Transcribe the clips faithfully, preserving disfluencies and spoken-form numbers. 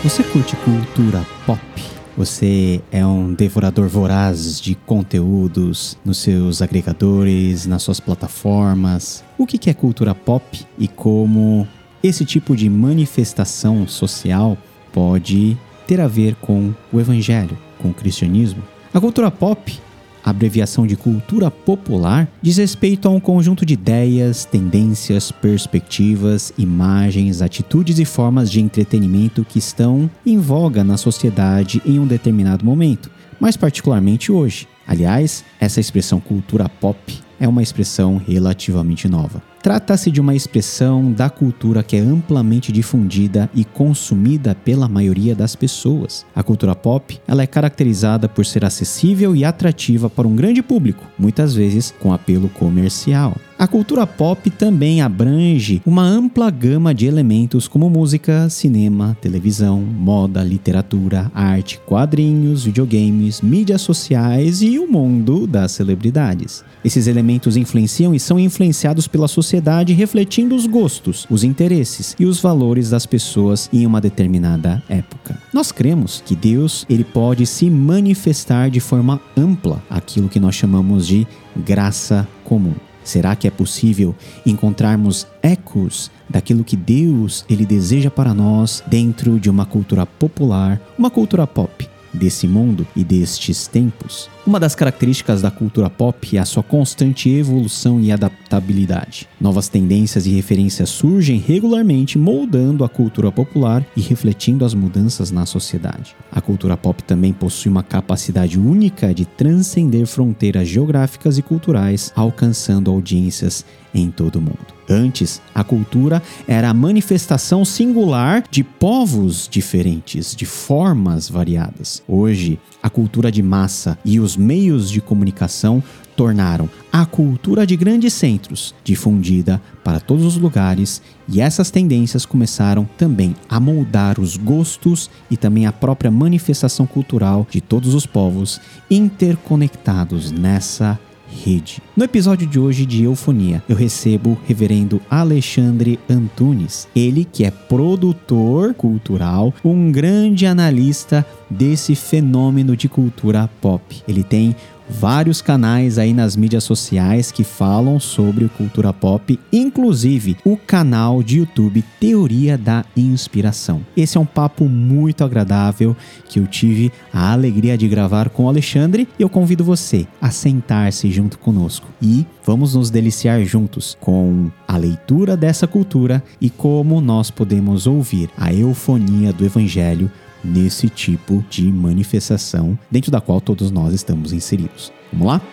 Você curte cultura pop? Você é um devorador voraz de conteúdos nos seus agregadores, nas suas plataformas? O que é cultura pop e como esse tipo de manifestação social pode ter a ver com o evangelho, com o cristianismo? A cultura pop, a abreviação de cultura popular, diz respeito a um conjunto de ideias, tendências, perspectivas, imagens, atitudes e formas de entretenimento que estão em voga na sociedade em um determinado momento, mais particularmente hoje. Aliás, essa expressão cultura pop é uma expressão relativamente nova. Trata-se de uma expressão da cultura que é amplamente difundida e consumida pela maioria das pessoas. A cultura pop, ela é caracterizada por ser acessível e atrativa para um grande público, muitas vezes com apelo comercial. A cultura pop também abrange uma ampla gama de elementos como música, cinema, televisão, moda, literatura, arte, quadrinhos, videogames, mídias sociais e o mundo das celebridades. Esses elementos influenciam e são influenciados pela sociedade, refletindo os gostos, os interesses e os valores das pessoas em uma determinada época. Nós cremos que Deus, ele pode se manifestar de forma ampla, aquilo que nós chamamos de graça comum. Será que é possível encontrarmos ecos daquilo que Deus ele deseja para nós dentro de uma cultura popular, uma cultura pop desse mundo e destes tempos? Uma das características da cultura pop é a sua constante evolução e adaptabilidade. Novas tendências e referências surgem regularmente, moldando a cultura popular e refletindo as mudanças na sociedade. A cultura pop também possui uma capacidade única de transcender fronteiras geográficas e culturais, alcançando audiências em todo o mundo. Antes, a cultura era a manifestação singular de povos diferentes, de formas variadas. Hoje, a cultura de massa e os meios de comunicação tornaram a cultura de grandes centros difundida para todos os lugares, e essas tendências começaram também a moldar os gostos e também a própria manifestação cultural de todos os povos interconectados nessa rede. No episódio de hoje de Eufonia, eu recebo o reverendo Alexandre Antunes, ele que é produtor cultural, um grande analista desse fenômeno de cultura pop. Ele tem vários canais aí nas mídias sociais que falam sobre cultura pop, inclusive o canal de YouTube Teoria da Inspiração. Esse é um papo muito agradável que eu tive a alegria de gravar com o Alexandre, e eu convido você a sentar-se junto conosco e vamos nos deliciar juntos com a leitura dessa cultura e como nós podemos ouvir a eufonia do Evangelho nesse tipo de manifestação dentro da qual todos nós estamos inseridos. Vamos lá?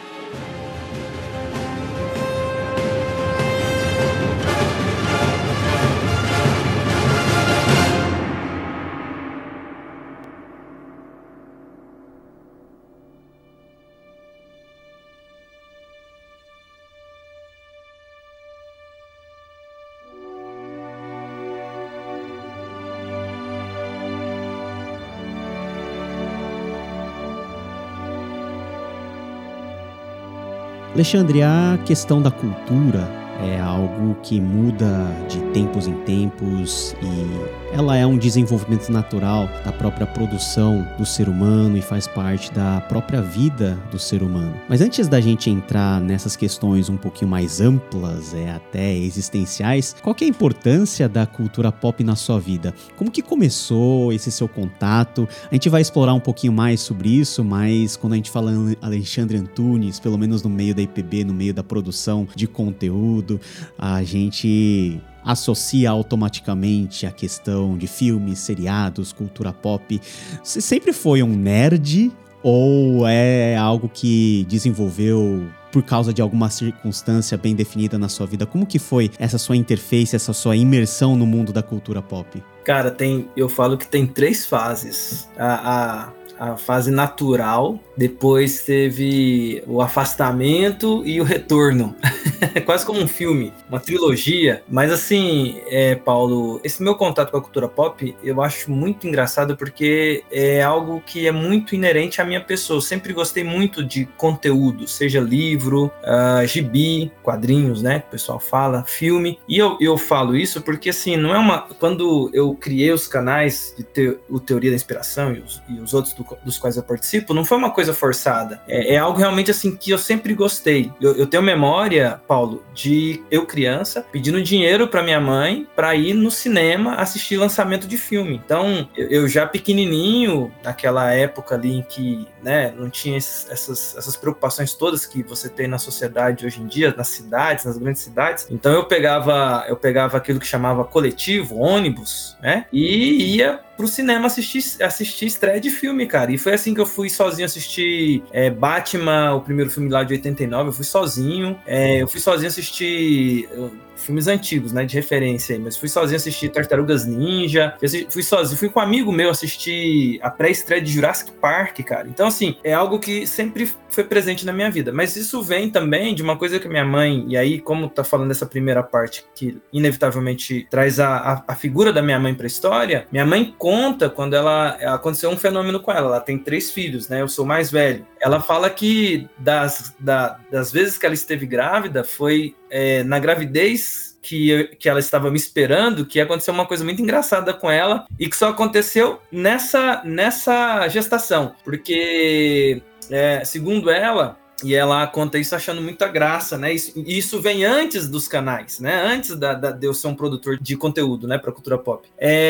Alexandre, a questão da cultura é algo que muda de tempos em tempos e ela é um desenvolvimento natural da própria produção do ser humano e faz parte da própria vida do ser humano. Mas antes da gente entrar nessas questões um pouquinho mais amplas, é, até existenciais, qual que é a importância da cultura pop na sua vida? Como que começou esse seu contato? A gente vai explorar um pouquinho mais sobre isso, mas quando a gente fala em Alexandre Antunes, pelo menos no meio da I P B, no meio da produção de conteúdo, a gente associa automaticamente a questão de filmes, seriados, cultura pop. Você sempre foi um nerd ou é algo que desenvolveu por causa de alguma circunstância bem definida na sua vida? Como que foi essa sua interface, essa sua imersão no mundo da cultura pop? Cara, tem, eu falo que tem três fases. A, a, a fase natural, depois teve o afastamento e o retorno. quase como um filme, uma trilogia. Mas assim, é, Paulo, esse meu contato com a cultura pop, eu acho muito engraçado porque é algo que é muito inerente à minha pessoa. Eu sempre gostei muito de conteúdo, seja livro, uh, gibi, quadrinhos, né, que o pessoal fala, filme. E eu, eu falo isso porque, assim, não é uma... Quando eu criei os canais de te, o Teoria da Inspiração e os, e os outros do, dos quais eu participo, não foi uma coisa forçada. É, é algo realmente, assim, que eu sempre gostei. Eu, eu tenho memória, Paulo, de eu criança pedindo dinheiro para minha mãe para ir no cinema assistir lançamento de filme. Então, eu, eu já pequenininho, naquela época ali em que, né, não tinha esses, essas, essas preocupações todas que você tem na sociedade hoje em dia, nas cidades, nas grandes cidades. Então, eu pegava, eu pegava aquilo que chamava coletivo, ônibus, né, e ia pro cinema assistir, assistir estreia de filme, cara. E foi assim que eu fui sozinho assistir é, Batman, o primeiro filme lá de oitenta e nove, eu fui sozinho. É, eu fui sozinho assistir uh, filmes antigos, né, de referência aí, mas fui sozinho assistir Tartarugas Ninja, fui, fui sozinho, fui com um amigo meu assistir a pré-estreia de Jurassic Park, cara. Então, assim, é algo que sempre foi presente na minha vida. Mas isso vem também de uma coisa que minha mãe, e aí, como tá falando dessa primeira parte que inevitavelmente traz a, a, a figura da minha mãe pra história, minha mãe conta quando ela aconteceu um fenômeno com ela. Ela tem três filhos, né? Eu sou mais velho. Ela fala que das, da, das vezes que ela esteve grávida foi é, na gravidez que, eu, que ela estava me esperando, que aconteceu uma coisa muito engraçada com ela e que só aconteceu nessa, nessa gestação. Porque, é, segundo ela, e ela conta isso achando muita graça, né? Isso, isso vem antes dos canais, né? Antes da, da, de eu ser um produtor de conteúdo, né? Pra cultura pop.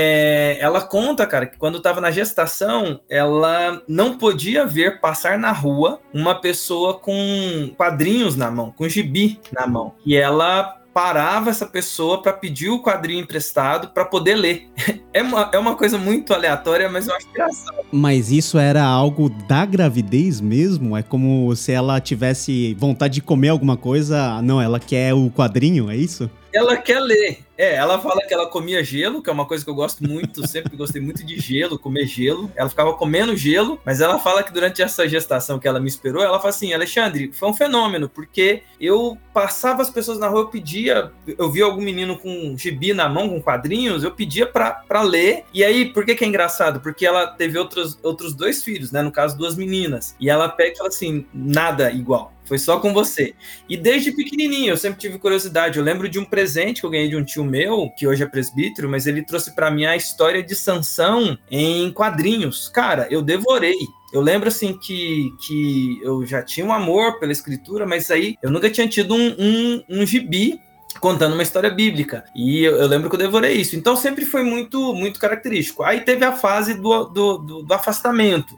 É, ela conta, cara, que quando tava na gestação, ela não podia ver passar na rua uma pessoa com quadrinhos na mão, com gibi na mão. E ela parava essa pessoa para pedir o quadrinho emprestado para poder ler. É uma, é uma coisa muito aleatória, mas eu acho engraçado. Mas isso era algo da gravidez mesmo? É como se ela tivesse vontade de comer alguma coisa? Não, ela quer o quadrinho, é isso? Ela quer ler. É, ela fala que ela comia gelo, que é uma coisa que eu gosto muito, sempre gostei muito de gelo, comer gelo. Ela ficava comendo gelo, mas ela fala que durante essa gestação que ela me esperou, ela fala assim, Alexandre, foi um fenômeno, porque eu passava as pessoas na rua, eu pedia, eu via algum menino com gibi na mão, com quadrinhos, eu pedia pra, pra ler. E aí, por que que é engraçado? Porque ela teve outros, outros dois filhos, né, no caso, duas meninas. E ela pega e fala assim, nada igual. Foi só com você. E desde pequenininho, eu sempre tive curiosidade. Eu lembro de um presente que eu ganhei de um tio meu, que hoje é presbítero, mas ele trouxe pra mim a história de Sansão em quadrinhos. Cara, eu devorei. Eu lembro, assim, que, que eu já tinha um amor pela escritura, mas aí eu nunca tinha tido um, um, um gibi contando uma história bíblica. E eu, eu lembro que eu devorei isso. Então sempre foi muito, muito característico. Aí teve a fase do, do, do, do afastamento,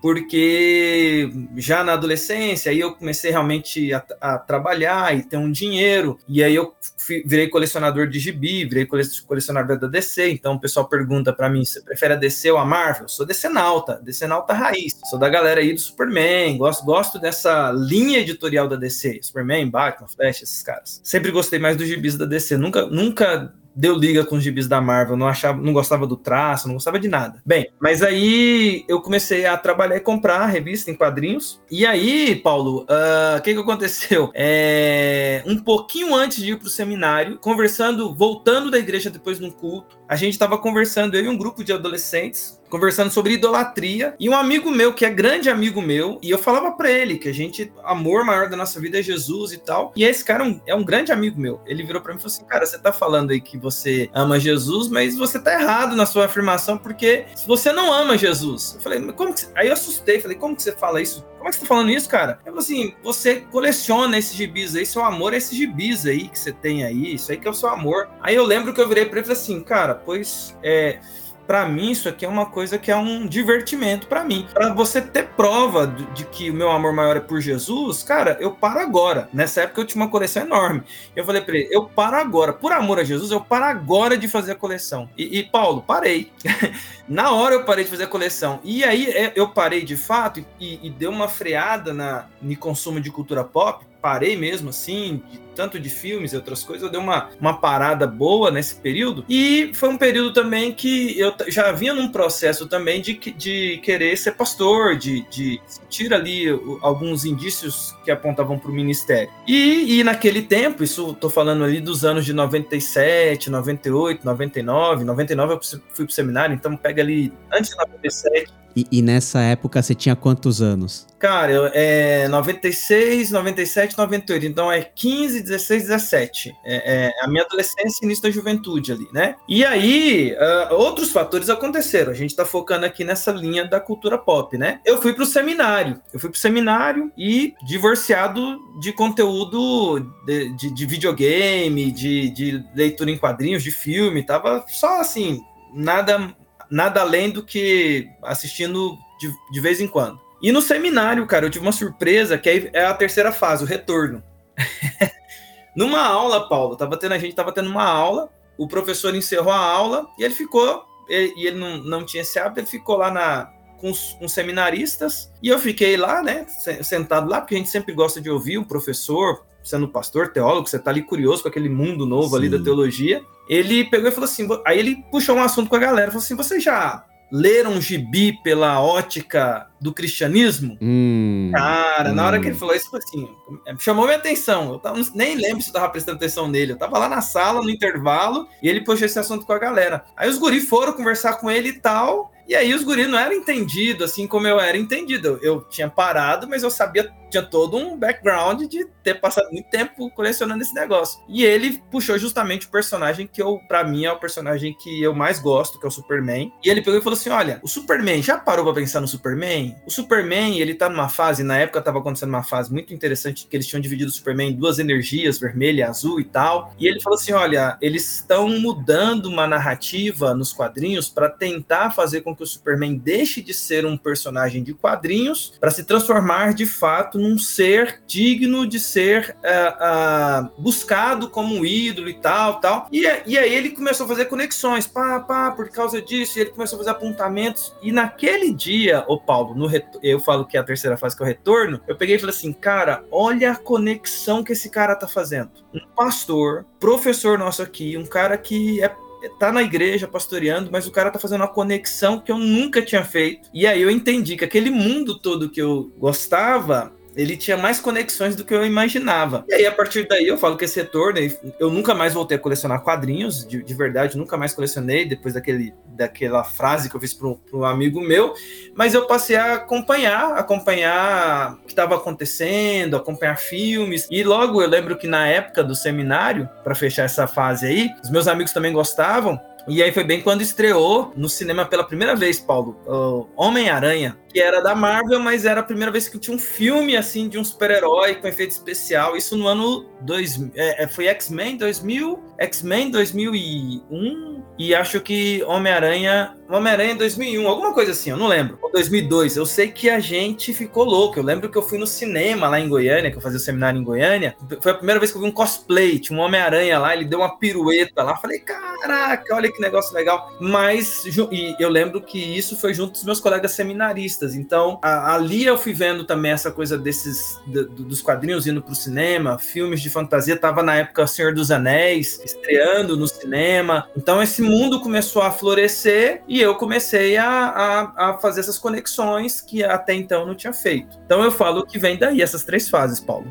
porque já na adolescência, aí eu comecei realmente a, a trabalhar e ter um dinheiro, e aí eu fui, virei colecionador de gibi, virei colecionador da D C. Então o pessoal pergunta pra mim, você prefere a D C ou a Marvel? Eu sou DCnauta, DCnauta raiz. Sou da galera aí do Superman, gosto, gosto dessa linha editorial da D C, Superman, Batman, Flash, esses caras. Sempre gostei mais dos gibis da D C, nunca, nunca deu liga com os gibis da Marvel, não achava, não gostava do traço, não gostava de nada. Bem, mas aí eu comecei a trabalhar e comprar a revista em quadrinhos, e aí, Paulo, o uh, que que aconteceu? É, um pouquinho antes de ir pro seminário, conversando, voltando da igreja depois de um culto, a gente estava conversando, eu e um grupo de adolescentes, conversando sobre idolatria, e um amigo meu, que é grande amigo meu, e eu falava pra ele que a gente, amor maior da nossa vida é Jesus e tal, e esse cara é um, é um grande amigo meu. Ele virou pra mim e falou assim, cara, você tá falando aí que você ama Jesus, mas você tá errado na sua afirmação, porque você não ama Jesus. Eu falei, mas como que você... Aí eu assustei, falei, como que você fala isso? Como é que você tá falando isso, cara? Eu falei assim, você coleciona esses gibis aí, seu amor é esses gibis aí que você tem aí, isso aí que é o seu amor. Aí eu lembro que eu virei pra ele e falei assim, cara, pois é... Pra mim, isso aqui é uma coisa que é um divertimento pra mim. Pra você ter prova de, de que o meu amor maior é por Jesus, cara, eu paro agora. Nessa época eu tinha uma coleção enorme. Eu falei pra ele, eu paro agora. Por amor a Jesus, eu paro agora de fazer a coleção. E, e Paulo, parei. Na hora eu parei de fazer a coleção. E aí eu parei de fato e, e deu uma freada na, no consumo de cultura pop, parei mesmo, assim, de, tanto de filmes e outras coisas, eu dei uma, uma parada boa nesse período, e foi um período também que eu já vinha num processo também de, de querer ser pastor, de, de sentir ali alguns indícios que apontavam para o ministério. E, e naquele tempo, isso tô falando ali dos anos de noventa e sete, noventa e oito, noventa e nove, noventa e nove eu fui pro seminário, então pega ali antes de noventa e sete. E, e nessa época você tinha quantos anos? Cara, eu, é noventa e seis, noventa e sete, noventa e oito, então é quinze, dezesseis, dezessete. É, é a minha adolescência e início da juventude ali, né? E aí, uh, outros fatores aconteceram. A gente tá focando aqui nessa linha da cultura pop, né? Eu fui pro seminário. Eu fui pro seminário e divorciado de conteúdo de, de, de videogame, de, de leitura em quadrinhos, de filme. Tava só assim, nada, nada além do que assistindo de, de vez em quando. E no seminário, cara, eu tive uma surpresa, que aí é a terceira fase, o retorno. Numa aula, Paulo, tava tendo, a gente estava tendo uma aula, o professor encerrou a aula e ele ficou, ele, e ele não, não tinha esse hábito, ele ficou lá na, com os com seminaristas, e eu fiquei lá, né, sentado lá, porque a gente sempre gosta de ouvir o professor, sendo pastor, teólogo, você tá ali curioso com aquele mundo novo. Sim. Ali da teologia. Ele pegou e falou assim, aí ele puxou um assunto com a galera, falou assim, você já leram um gibi pela ótica do cristianismo? Hum, Cara, hum. na hora que ele falou isso, assim, chamou minha atenção. Eu tava, nem lembro se eu tava prestando atenção nele. Eu tava lá na sala, no intervalo, e ele puxou esse assunto com a galera. Aí os guris foram conversar com ele e tal, e aí os guris não eram entendidos, assim como eu era entendido. Eu, eu tinha parado, mas eu sabia, tinha todo um background de ter passado muito tempo colecionando esse negócio. E ele puxou justamente o personagem que eu, pra mim, é o personagem que eu mais gosto, que é o Superman. E ele pegou e falou assim, olha, o Superman, já parou pra pensar no Superman? O Superman, ele tá numa fase, na época tava acontecendo uma fase muito interessante, que eles tinham dividido o Superman em duas energias, vermelha e azul e tal. E ele falou assim, olha, eles estão mudando uma narrativa nos quadrinhos para tentar fazer com que o Superman deixe de ser um personagem de quadrinhos para se transformar de fato num ser digno de ser uh, uh, buscado como um ídolo e tal, tal. E, e aí ele começou a fazer conexões, pá, pá, por causa disso, e ele começou a fazer apontamentos. E naquele dia, ô Paulo, no ret- eu falo que é a terceira fase, que é o retorno, eu peguei e falei assim, cara, olha a conexão que esse cara tá fazendo. Um pastor, professor nosso aqui, um cara que é tá na igreja pastoreando, mas o cara tá fazendo uma conexão que eu nunca tinha feito. E aí eu entendi que aquele mundo todo que eu gostava, ele tinha mais conexões do que eu imaginava. E aí, a partir daí, eu falo que esse retorno, eu nunca mais voltei a colecionar quadrinhos, de, de verdade, nunca mais colecionei, depois daquele, daquela frase que eu fiz para um amigo meu, mas eu passei a acompanhar, acompanhar o que estava acontecendo, acompanhar filmes, e logo eu lembro que na época do seminário, para fechar essa fase aí, os meus amigos também gostavam, e aí foi bem quando estreou no cinema pela primeira vez, Paulo, o Homem-Aranha, que era da Marvel, mas era a primeira vez que tinha um filme, assim, de um super-herói com efeito especial. Isso no ano dois mil, é, foi X-Men dois mil, X-Men dois mil e um, e acho que Homem-Aranha, Homem-Aranha dois mil e um, alguma coisa assim, eu não lembro. Ou dois mil e dois, eu sei que a gente ficou louco. Eu lembro que eu fui no cinema lá em Goiânia, que eu fazia o seminário em Goiânia. Foi a primeira vez que eu vi um cosplay, tinha um Homem-Aranha lá, ele deu uma pirueta lá. Falei, caraca, olha que negócio legal. Mas e eu lembro que isso foi junto dos meus colegas seminaristas. Então, a, ali eu fui vendo também essa coisa desses do, dos quadrinhos indo pro cinema, filmes de fantasia. Tava na época Senhor dos Anéis, estreando no cinema. Então, esse mundo começou a florescer e eu comecei a, a, a fazer essas conexões que até então eu não tinha feito. Então, eu falo que vem daí essas três fases, Paulo.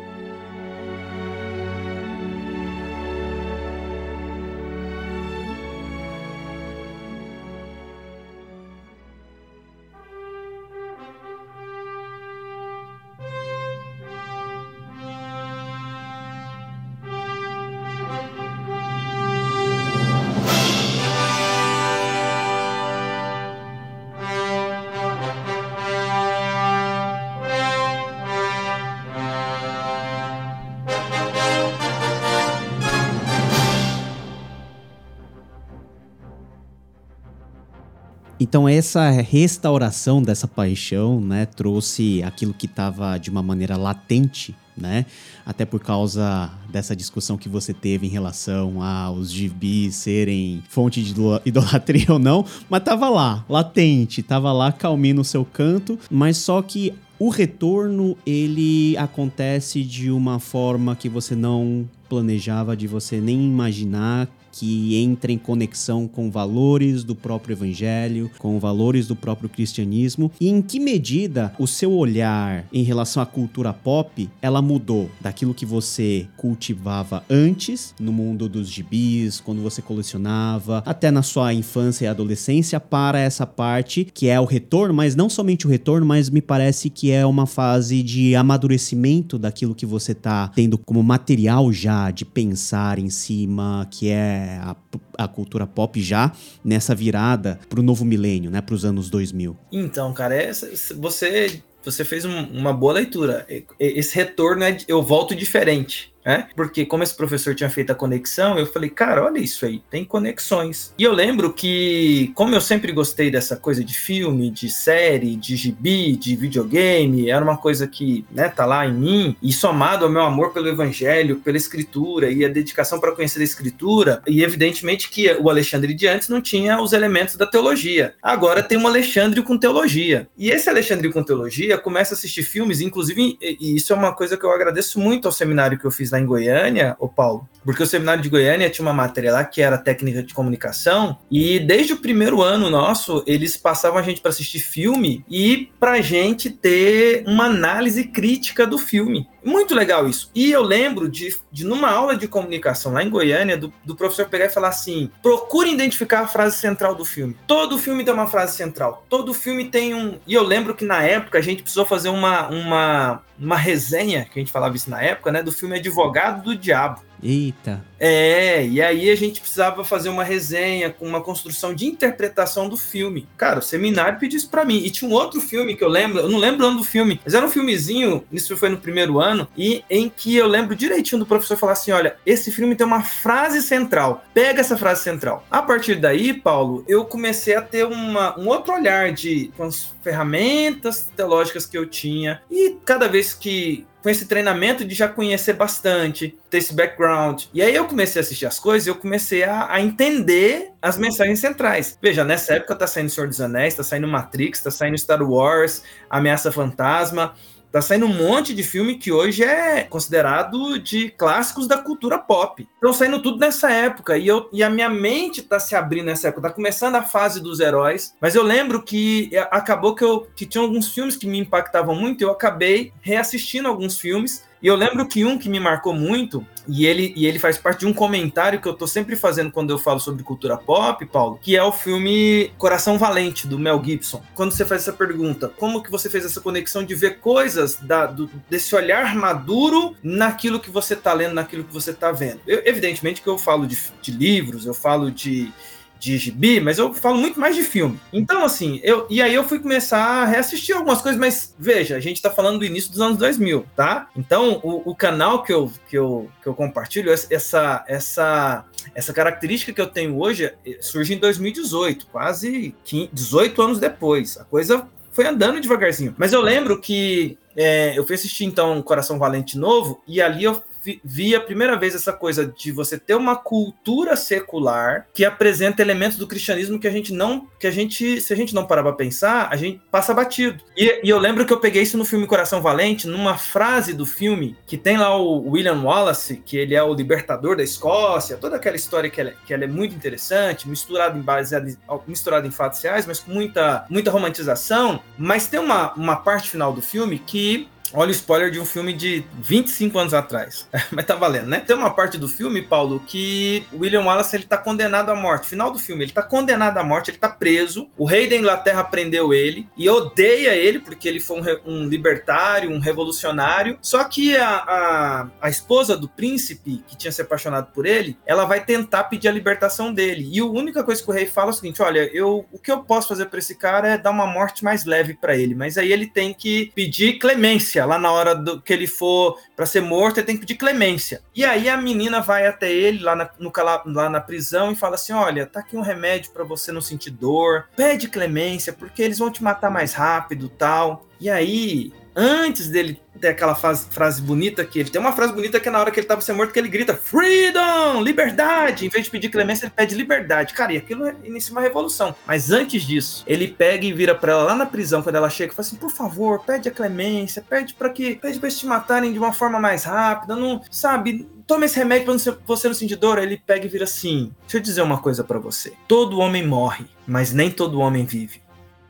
Então essa restauração dessa paixão, né, trouxe aquilo que estava de uma maneira latente, né, até por causa dessa discussão que você teve em relação aos gibis serem fonte de idolatria ou não, mas tava lá, latente, tava lá calminho no seu canto, mas só que o retorno, ele acontece de uma forma que você não planejava, de você nem imaginar, que entra em conexão com valores do próprio evangelho, com valores do próprio cristianismo, e em que medida o seu olhar em relação à cultura pop, ela mudou daquilo que você cultivava antes, no mundo dos gibis, quando você colecionava, até na sua infância e adolescência, para essa parte que é o retorno, mas não somente o retorno, mas me parece que é uma fase de amadurecimento daquilo que você tá tendo como material já de pensar em cima, que é A, a cultura pop já nessa virada pro novo milênio, né, pros anos dois mil. Então, cara, é, você, você fez um, uma boa leitura. Esse retorno é, eu volto diferente. É? Porque como esse professor tinha feito a conexão, eu falei, cara, olha isso aí, tem conexões. E eu lembro que, como eu sempre gostei dessa coisa de filme, de série, de gibi, de videogame, era uma coisa que, né, tá lá em mim, e somado ao meu amor pelo evangelho, pela escritura e a dedicação para conhecer a escritura, e evidentemente que o Alexandre de antes não tinha os elementos da teologia. Agora tem um Alexandre com teologia. E esse Alexandre com teologia começa a assistir filmes, inclusive, e isso é uma coisa que eu agradeço muito ao seminário que eu fiz lá em Goiânia, ô Paulo, porque o seminário de Goiânia tinha uma matéria lá que era técnica de comunicação, e desde o primeiro ano nosso, eles passavam a gente para assistir filme e pra gente ter uma análise crítica do filme. Muito legal isso. E eu lembro de, de numa aula de comunicação lá em Goiânia, do, do professor pegar e falar assim, procure identificar a frase central do filme. Todo filme tem uma frase central. Todo filme tem um... E eu lembro que na época a gente precisou fazer uma, uma, uma resenha, que a gente falava isso na época, né, do filme Advogado do Diabo. Eita. É, e aí a gente precisava fazer uma resenha com uma construção de interpretação do filme. Cara, o seminário pediu isso pra mim. E tinha um outro filme que eu lembro, eu não lembro o nome do filme, mas era um filmezinho, isso foi no primeiro ano, e em que eu lembro direitinho do professor falar assim, olha, esse filme tem uma frase central, pega essa frase central. A partir daí, Paulo, eu comecei a ter uma, um outro olhar de, com as ferramentas teológicas que eu tinha, e cada vez que com esse treinamento de já conhecer bastante, ter esse background. E aí eu comecei a assistir as coisas e eu comecei a, a entender as mensagens centrais. Veja, nessa época tá saindo Senhor dos Anéis, tá saindo Matrix, tá saindo Star Wars, Ameaça Fantasma, tá saindo um monte de filme que hoje é considerado de clássicos da cultura pop. Estão saindo tudo nessa época, e, eu, e a minha mente tá se abrindo nessa época, tá começando a fase dos heróis, mas eu lembro que acabou que, eu, que tinha alguns filmes que me impactavam muito, e eu acabei reassistindo alguns filmes. E eu lembro que um que me marcou muito, e ele, e ele faz parte de um comentário que eu tô sempre fazendo quando eu falo sobre cultura pop, Paulo, que é o filme Coração Valente, do Mel Gibson. Quando você faz essa pergunta, como que você fez essa conexão de ver coisas da, do, desse olhar maduro naquilo que você tá lendo, naquilo que você tá vendo? Eu, evidentemente que eu falo de, de livros, eu falo de... de gibi, mas eu falo muito mais de filme. Então, assim, eu, e aí eu fui começar a reassistir algumas coisas, mas veja, a gente tá falando do início dos anos dois mil, tá? Então, o, o canal que eu, que, eu, que eu compartilho, essa, essa, essa característica que eu tenho hoje, surge em dois mil e dezoito, quase dezoito anos depois. A coisa foi andando devagarzinho. Mas eu lembro que é, eu fui assistir, então, Coração Valente novo, e ali eu vi a primeira vez essa coisa de você ter uma cultura secular que apresenta elementos do cristianismo que a gente não, que a gente, se a gente não parar pra pensar, a gente passa batido. E, e eu lembro que eu peguei isso no filme Coração Valente, numa frase do filme, que tem lá o William Wallace, que ele é o libertador da Escócia, toda aquela história que ela, que ela é muito interessante, misturada em, baseada, misturada em fatos reais, mas com muita, muita romantização, mas tem uma, uma parte final do filme que... Olha o spoiler de um filme de vinte e cinco anos atrás. Mas tá valendo, né? Tem uma parte do filme, Paulo, que o William Wallace, ele tá condenado à morte. Final do filme, ele tá condenado à morte, ele tá preso. O rei da Inglaterra prendeu ele e odeia ele porque ele foi um, um libertário, um revolucionário. Só que a, a, a esposa do príncipe, que tinha se apaixonado por ele, ela vai tentar pedir a libertação dele. E a única coisa que o rei fala é o seguinte, olha, eu, o que eu posso fazer pra esse cara é dar uma morte mais leve pra ele. Mas aí ele tem que pedir clemência. Lá na hora do, que ele for para ser morto, ele tem que pedir clemência. E aí a menina vai até ele lá na, no, lá na prisão e fala assim, olha, tá aqui um remédio para você não sentir dor, pede clemência, porque eles vão te matar mais rápido, tal. E aí antes dele ter aquela frase, frase bonita, que ele tem uma frase bonita que é na hora que ele tá pra ser morto, que ele grita freedom, liberdade, em vez de pedir clemência, ele pede liberdade. Cara, e aquilo inicia uma revolução. Mas antes disso, ele pega e vira pra ela lá na prisão, quando ela chega, e fala assim, por favor, pede a clemência, pede pra que, pede pra eles te matarem de uma forma mais rápida, não, sabe, toma esse remédio pra você não sentir dor. Aí ele pega e vira assim, deixa eu dizer uma coisa pra você, todo homem morre, mas nem todo homem vive.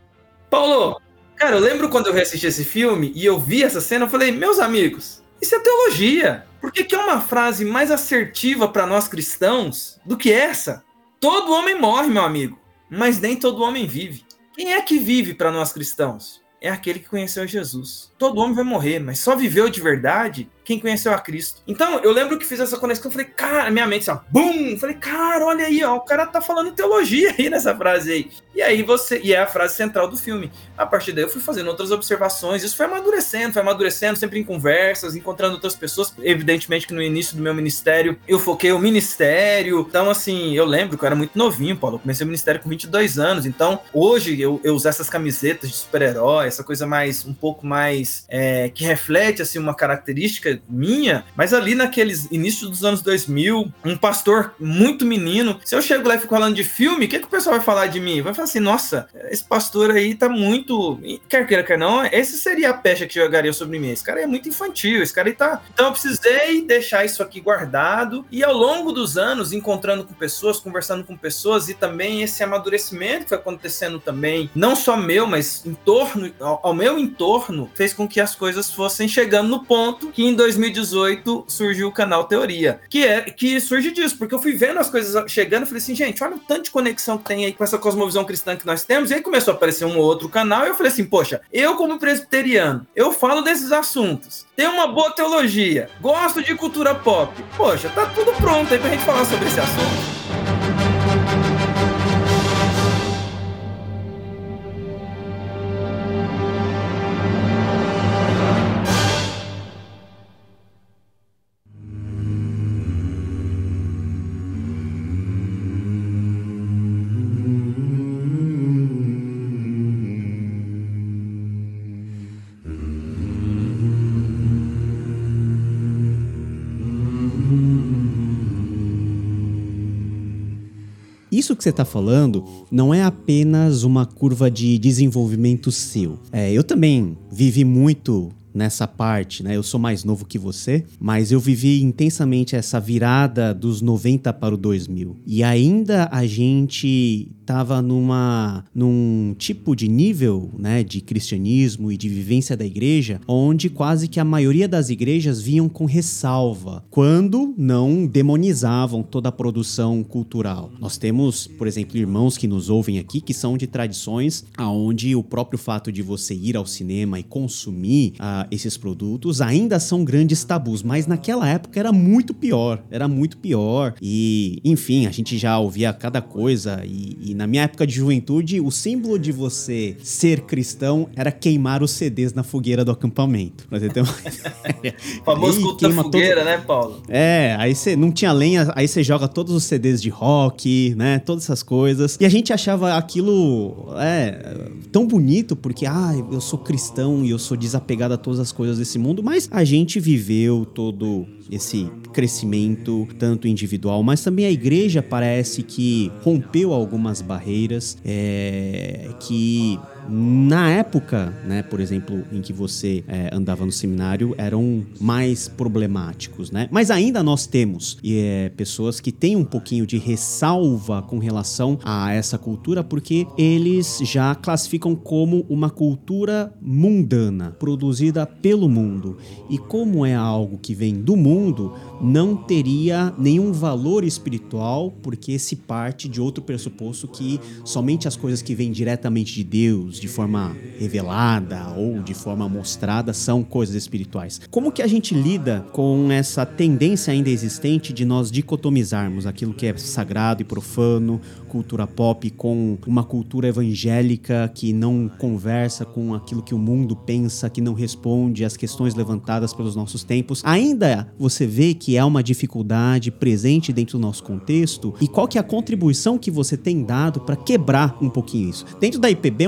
Paulo, cara, eu lembro quando eu reassisti esse filme e eu vi essa cena, eu falei, meus amigos, isso é teologia. Por que que é uma frase mais assertiva para nós cristãos do que essa? Todo homem morre, meu amigo, mas nem todo homem vive. Quem é que vive para nós cristãos? É aquele que conheceu Jesus. Todo homem vai morrer, mas só viveu de verdade quem conheceu a Cristo. Então, eu lembro que fiz essa conexão, eu falei, cara, minha mente assim, ó, bum! Falei, cara, olha aí, ó, o cara tá falando teologia aí nessa frase aí. E aí você, e é a frase central do filme. A partir daí eu fui fazendo outras observações, isso foi amadurecendo, foi amadurecendo, sempre em conversas, encontrando outras pessoas. Evidentemente que no início do meu ministério, eu foquei o ministério. Então, assim, eu lembro que eu era muito novinho, Paulo, eu comecei o ministério com vinte e dois anos, então, hoje eu, eu uso essas camisetas de super-herói, essa coisa mais, um pouco mais, é, que reflete, assim, uma característica minha, mas ali naqueles inícios dos anos dois mil, um pastor muito menino, se eu chego lá e fico falando de filme, o que, que o pessoal vai falar de mim? Vai falar assim, nossa, esse pastor aí tá muito, quer queira, quer não, esse seria a pecha que jogaria sobre mim, esse cara é muito infantil, esse cara aí tá... Então eu precisei deixar isso aqui guardado, e ao longo dos anos, encontrando com pessoas, conversando com pessoas, e também esse amadurecimento que foi acontecendo também, não só meu, mas em torno, ao, ao meu entorno, fez com que as coisas fossem chegando no ponto que em dois mil e dezoito surgiu o canal Teoria, que é que surge disso, porque eu fui vendo as coisas chegando e falei assim, gente, olha o tanto de conexão que tem aí com essa cosmovisão cristã que nós temos, e aí começou a aparecer um outro canal, e eu falei assim, poxa, eu como presbiteriano, eu falo desses assuntos, tenho uma boa teologia, gosto de cultura pop, poxa, tá tudo pronto aí pra gente falar sobre esse assunto. Isso que você está falando não é apenas uma curva de desenvolvimento seu. É, eu também vivi muito nessa parte, né? Eu sou mais novo que você, mas eu vivi intensamente essa virada dos noventa para o dois mil. E ainda a gente estava numa, num tipo de nível, né, de cristianismo e de vivência da igreja, onde quase que a maioria das igrejas vinham com ressalva, quando não demonizavam toda a produção cultural. Nós temos, por exemplo, irmãos que nos ouvem aqui, que são de tradições onde o próprio fato de você ir ao cinema e consumir uh, esses produtos ainda são grandes tabus, mas naquela época era muito pior, era muito pior. E, enfim, a gente já ouvia cada coisa e, e na minha época de juventude, o símbolo de você ser cristão era queimar os C Ds na fogueira do acampamento. Pra você ter uma... O famoso culto da fogueira, todo... né, Paulo? É, aí você não tinha lenha, aí você joga todos os C Ds de rock, né, todas essas coisas. E a gente achava aquilo é, tão bonito, porque, ah, eu sou cristão e eu sou desapegado a todas as coisas desse mundo, mas a gente viveu todo esse crescimento, tanto individual, mas também a igreja parece que rompeu algumas barreiras, é, que na época, né, por exemplo, em que você é, andava no seminário, eram mais problemáticos, né? Mas ainda nós temos é, pessoas que têm um pouquinho de ressalva com relação a essa cultura, porque eles já classificam como uma cultura mundana, produzida pelo mundo. E como é algo que vem do mundo, não teria nenhum valor espiritual, porque se parte de outro pressuposto que somente as coisas que vêm diretamente de Deus, de forma revelada ou de forma mostrada, são coisas espirituais. Como que a gente lida com essa tendência ainda existente de nós dicotomizarmos aquilo que é sagrado e profano, cultura pop, com uma cultura evangélica que não conversa com aquilo que o mundo pensa, que não responde às questões levantadas pelos nossos tempos? Ainda você vê que é uma dificuldade presente dentro do nosso contexto? E qual que é a contribuição que você tem dado para quebrar um pouquinho isso? Dentro da I P B é um pouquinho mais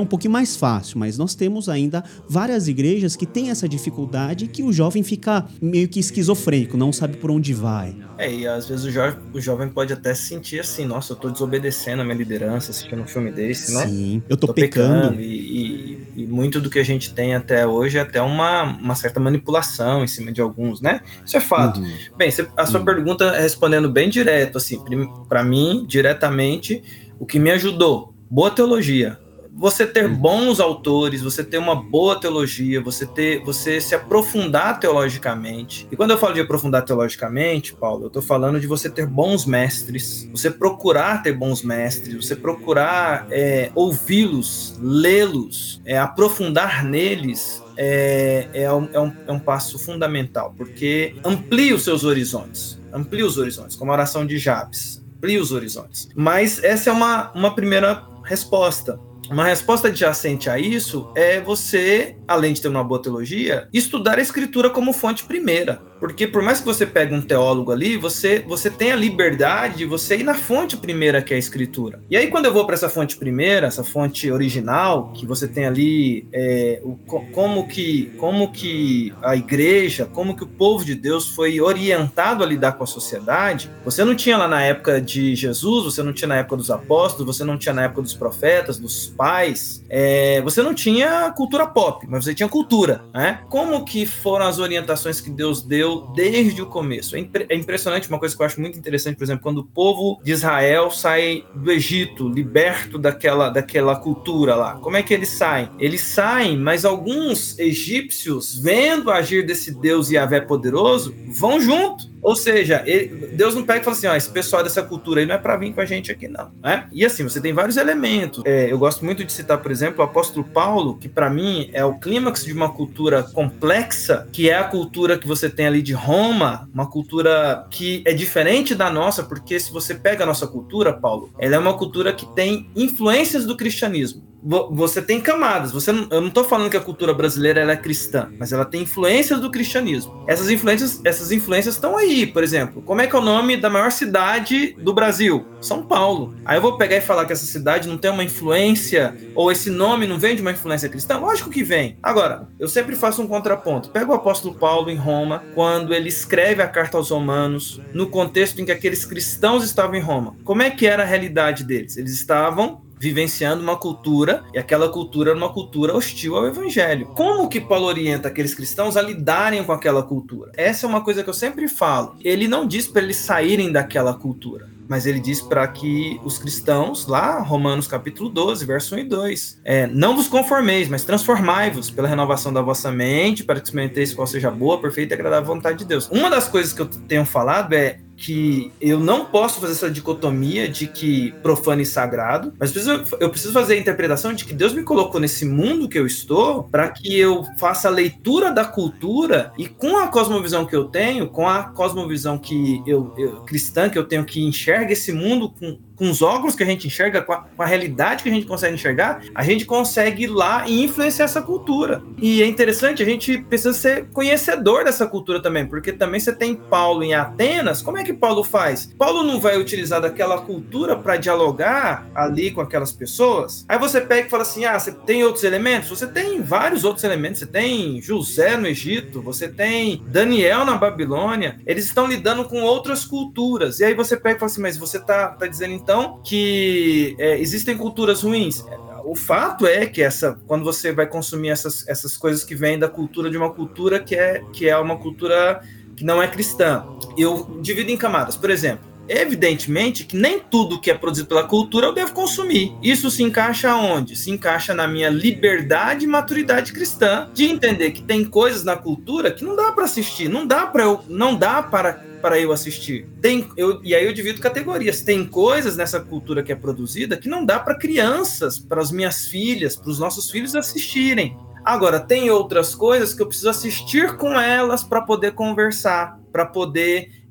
mais fácil, mas nós temos ainda várias igrejas que têm essa dificuldade, que o jovem fica meio que esquizofrênico, não sabe por onde vai. É, e às vezes o, jo- o jovem pode até se sentir assim, nossa, eu tô desobedecendo a minha liderança assistindo um filme desse, né? Sim, eu tô, Tô pecando. pecando, e, e- e muito do que a gente tem até hoje é até uma, uma certa manipulação em cima de alguns, né? Isso é fato. Uhum. Bem, cê- a sua Uhum. pergunta respondendo bem direto, assim, prim- pra mim, diretamente, o que me ajudou, boa teologia. Você ter Uhum. bons autores, você ter uma boa teologia, você ter, você se aprofundar teologicamente. E quando eu falo de aprofundar teologicamente, Paulo, eu estou falando de você ter bons mestres, você procurar ter bons mestres, você procurar é, ouvi-los, lê-los, é, aprofundar neles. É, é, um, é, um, é um passo fundamental, porque amplia os seus horizontes, amplia os horizontes, como a oração de Jabes, amplia os horizontes. Mas essa é uma, uma primeira resposta. Uma resposta adjacente a isso é você, além de ter uma boa teologia, estudar a escritura como fonte primeira. Porque por mais que você pegue um teólogo ali, você, você tem a liberdade de você ir na fonte primeira, que é a escritura. E aí quando eu vou para essa fonte primeira, essa fonte original, que você tem ali é, o, como, que, como que a igreja, como que o povo de Deus foi orientado a lidar com a sociedade, você não tinha lá na época de Jesus, você não tinha na época dos apóstolos, você não tinha na época dos profetas, dos pais, é, você não tinha cultura pop, mas você tinha cultura, né? Como que foram as orientações que Deus deu desde o começo? É, impre- é impressionante, uma coisa que eu acho muito interessante, por exemplo, quando o povo de Israel sai do Egito, liberto daquela, daquela cultura lá, como é que eles saem? Eles saem, mas alguns egípcios, vendo o agir desse Deus Yahvé poderoso, vão junto. Ou seja, ele, Deus não pega e fala assim, ó, esse pessoal dessa cultura aí não é para vir com a gente aqui não, né? E assim, você tem vários elementos. É, eu gosto muito de citar, por exemplo, o apóstolo Paulo, que para mim é o clímax de uma cultura complexa, que é a cultura que você tem ali de Roma, uma cultura que é diferente da nossa, porque se você pega a nossa cultura, Paulo, ela é uma cultura que tem influências do cristianismo. Você tem camadas, você não, eu não estou falando que a cultura brasileira ela é cristã, mas ela tem influências do cristianismo. Essas influências essas influências estão aí, por exemplo, como é que é o nome da maior cidade do Brasil? São Paulo. Aí eu vou pegar e falar que essa cidade não tem uma influência, ou esse nome não vem de uma influência cristã? Lógico que vem. Agora, eu sempre faço um contraponto. Pega o apóstolo Paulo em Roma, quando ele escreve a carta aos romanos, no contexto em que aqueles cristãos estavam em Roma. Como é que era a realidade deles? Eles estavam vivenciando uma cultura, e aquela cultura era uma cultura hostil ao evangelho. Como que Paulo orienta aqueles cristãos a lidarem com aquela cultura? Essa é uma coisa que eu sempre falo. Ele não diz para eles saírem daquela cultura, mas ele diz para que os cristãos, lá, Romanos capítulo doze, verso um e dois, é, não vos conformeis, mas transformai-vos pela renovação da vossa mente, para que experimenteis qual seja a boa, perfeita e agradável vontade de Deus. Uma das coisas que eu tenho falado é que eu não posso fazer essa dicotomia de que profano e sagrado, mas eu preciso fazer a interpretação de que Deus me colocou nesse mundo que eu estou para que eu faça a leitura da cultura e com a cosmovisão que eu tenho, com a cosmovisão que eu, eu cristã que eu tenho, que enxerga esse mundo com, com os óculos que a gente enxerga, com a, com a realidade que a gente consegue enxergar, a gente consegue ir lá e influenciar essa cultura. E é interessante, a gente precisa ser conhecedor dessa cultura também, porque também você tem Paulo em Atenas. Como é que Paulo faz? Paulo não vai utilizar daquela cultura para dialogar ali com aquelas pessoas? Aí você pega e fala assim, ah, você tem outros elementos? Você tem vários outros elementos. Você tem José no Egito, você tem Daniel na Babilônia. Eles estão lidando com outras culturas. E aí você pega e fala assim, mas você tá, tá dizendo então que é, existem culturas ruins? O fato é que essa, quando você vai consumir essas, essas coisas que vêm da cultura de uma cultura que é, que é uma cultura que não é cristã, eu divido em camadas. Por exemplo, evidentemente que nem tudo que é produzido pela cultura eu devo consumir. Isso se encaixa onde? Se encaixa na minha liberdade e maturidade cristã de entender que tem coisas na cultura que não dá para assistir, não dá para eu, não dá para para eu assistir. Tem, eu, e aí eu divido categorias. Tem coisas nessa cultura que é produzida que não dá para crianças, para as minhas filhas, para os nossos filhos assistirem. Agora, tem outras coisas que eu preciso assistir com elas para poder conversar, para poder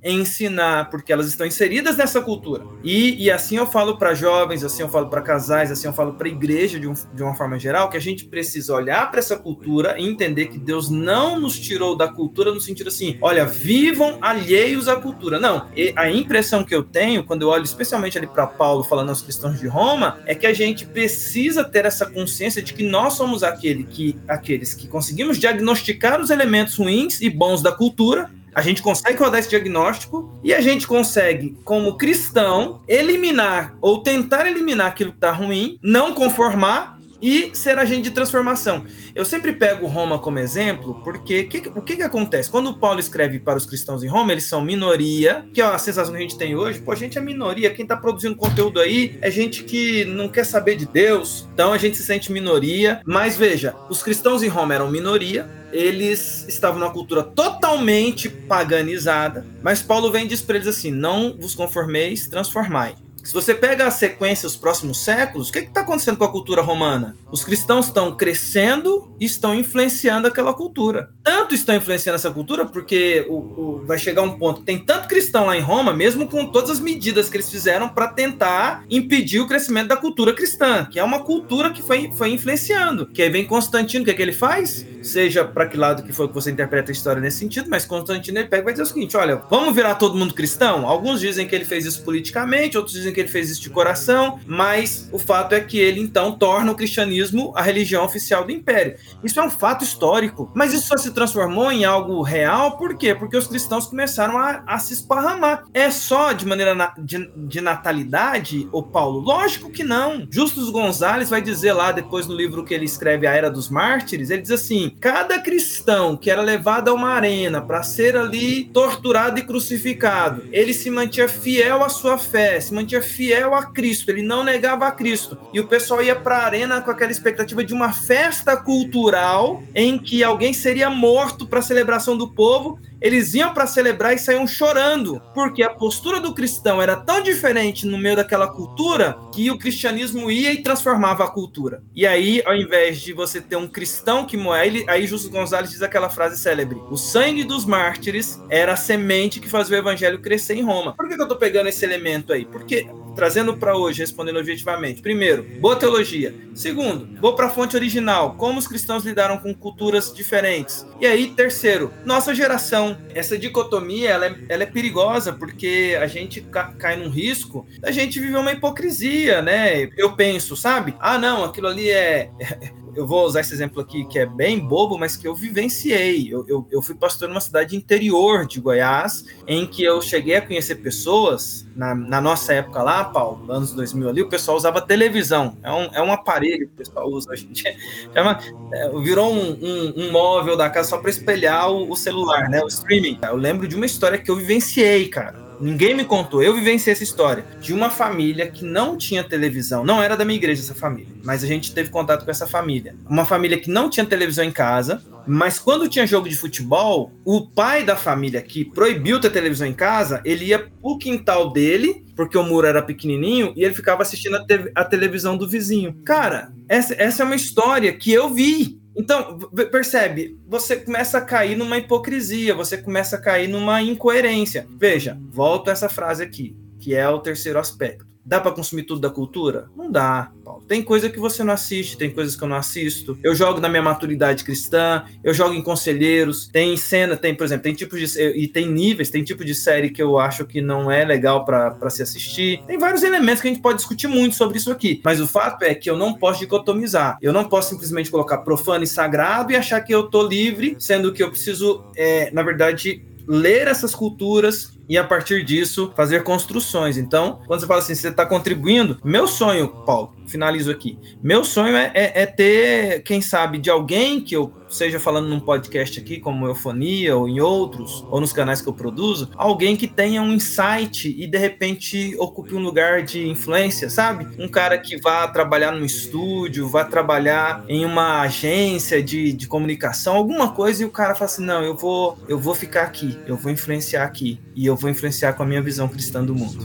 ensinar, porque elas estão inseridas nessa cultura. E, e assim eu falo para jovens, assim eu falo para casais, assim eu falo para a igreja de, um, de uma forma geral, que a gente precisa olhar para essa cultura e entender que Deus não nos tirou da cultura no sentido assim, olha, vivam alheios à cultura. Não, e a impressão que eu tenho, quando eu olho especialmente ali para Paulo falando aos cristãos de Roma, é que a gente precisa ter essa consciência de que nós somos aquele que, aqueles que conseguimos diagnosticar os elementos ruins e bons da cultura. A gente consegue rodar esse diagnóstico e a gente consegue, como cristão, eliminar ou tentar eliminar aquilo que está ruim, não conformar e ser agente de transformação. Eu sempre pego Roma como exemplo, porque que, o que, que acontece? Quando Paulo escreve para os cristãos em Roma, eles são minoria, que é a sensação que a gente tem hoje, pô, a gente é minoria, quem está produzindo conteúdo aí é gente que não quer saber de Deus, então a gente se sente minoria. Mas veja, os cristãos em Roma eram minoria, eles estavam numa cultura totalmente paganizada, mas Paulo vem e diz para eles assim, não vos conformeis, transformai. Se você pega a sequência dos próximos séculos, o que está acontecendo com a cultura romana? Os cristãos estão crescendo e estão influenciando aquela cultura. Tanto estão influenciando essa cultura, porque o, o, vai chegar um ponto, tem tanto cristão lá em Roma, mesmo com todas as medidas que eles fizeram para tentar impedir o crescimento da cultura cristã, que é uma cultura que foi, foi influenciando. Que aí vem Constantino, o que é que ele faz? Seja para que lado que for que você interpreta a história nesse sentido, mas Constantino ele pega e vai dizer o seguinte, olha, vamos virar todo mundo cristão? Alguns dizem que ele fez isso politicamente, outros dizem que ele fez isso de coração, mas o fato é que ele então torna o cristianismo a religião oficial do império. Isso é um fato histórico, mas isso só se transformou em algo real, por quê? Porque os cristãos começaram a, a se esparramar. É só de maneira na, de, de natalidade, ô Paulo? Lógico que não. Justus Gonzalez vai dizer lá depois no livro que ele escreve A Era dos Mártires, ele diz assim, cada cristão que era levado a uma arena para ser ali torturado e crucificado, ele se mantinha fiel à sua fé, se mantinha fiel a Cristo, ele não negava a Cristo. E o pessoal ia para a arena com aquela expectativa de uma festa cultural em que alguém seria morto para a celebração do povo. Eles iam para celebrar e saíam chorando, porque a postura do cristão era tão diferente no meio daquela cultura que o cristianismo ia e transformava a cultura. E aí, ao invés de você ter um cristão que morre, aí Justo Gonzalez diz aquela frase célebre, o sangue dos mártires era a semente que fazia o evangelho crescer em Roma. Por que eu estou pegando esse elemento aí? Porque, trazendo para hoje, respondendo objetivamente, primeiro, boa teologia. Segundo, vou para a fonte original, como os cristãos lidaram com culturas diferentes. E aí, terceiro, nossa geração. Essa dicotomia, ela é, ela é perigosa, porque a gente ca- cai num risco da gente viver uma hipocrisia, né? Eu penso, sabe? Ah, não, aquilo ali é... Eu vou usar esse exemplo aqui, que é bem bobo, mas que eu vivenciei. Eu, eu, eu fui pastor numa cidade interior de Goiás, em que eu cheguei a conhecer pessoas, na, na nossa época lá, Paulo, anos dois mil ali, o pessoal usava televisão. É um, é um aparelho que o pessoal usa hoje em dia. Chama, é, virou um, um, um móvel da casa só para espelhar o, o celular, né? O streaming. Eu lembro de uma história que eu vivenciei, cara. Ninguém me contou, eu vivenciei essa história de uma família que não tinha televisão, não era da minha igreja essa família, mas a gente teve contato com essa família. Uma família que não tinha televisão em casa, mas quando tinha jogo de futebol, o pai da família que proibiu ter televisão em casa, ele ia pro quintal dele, porque o muro era pequenininho, e ele ficava assistindo a, te- a televisão do vizinho. Cara, essa, essa é uma história que eu vi. Então, percebe, você começa a cair numa hipocrisia, você começa a cair numa incoerência. Veja, volto a essa frase aqui, que é o terceiro aspecto. Dá para consumir tudo da cultura? Não dá, Paulo. Tem coisa que você não assiste, tem coisas que eu não assisto. Eu jogo na minha maturidade cristã, eu jogo em conselheiros, tem cena, tem, por exemplo, tem tipos de... E tem níveis, tem tipo de série que eu acho que não é legal para se assistir. Tem vários elementos que a gente pode discutir muito sobre isso aqui. Mas o fato é que eu não posso dicotomizar. Eu não posso simplesmente colocar profano e sagrado e achar que eu tô livre, sendo que eu preciso, é, na verdade, ler essas culturas e a partir disso fazer construções. Então, quando você fala assim, você está contribuindo, meu sonho, Paulo, finalizo aqui, meu sonho é, é, é ter, quem sabe, de alguém que eu seja falando num podcast aqui, como Eufonia, ou em outros, ou nos canais que eu produzo, alguém que tenha um insight e de repente ocupe um lugar de influência, sabe? Um cara que vá trabalhar num estúdio, vá trabalhar em uma agência de, de comunicação, alguma coisa, e o cara fala assim, não, eu vou, eu vou ficar aqui, eu vou influenciar aqui, e eu vou influenciar com a minha visão cristã do mundo.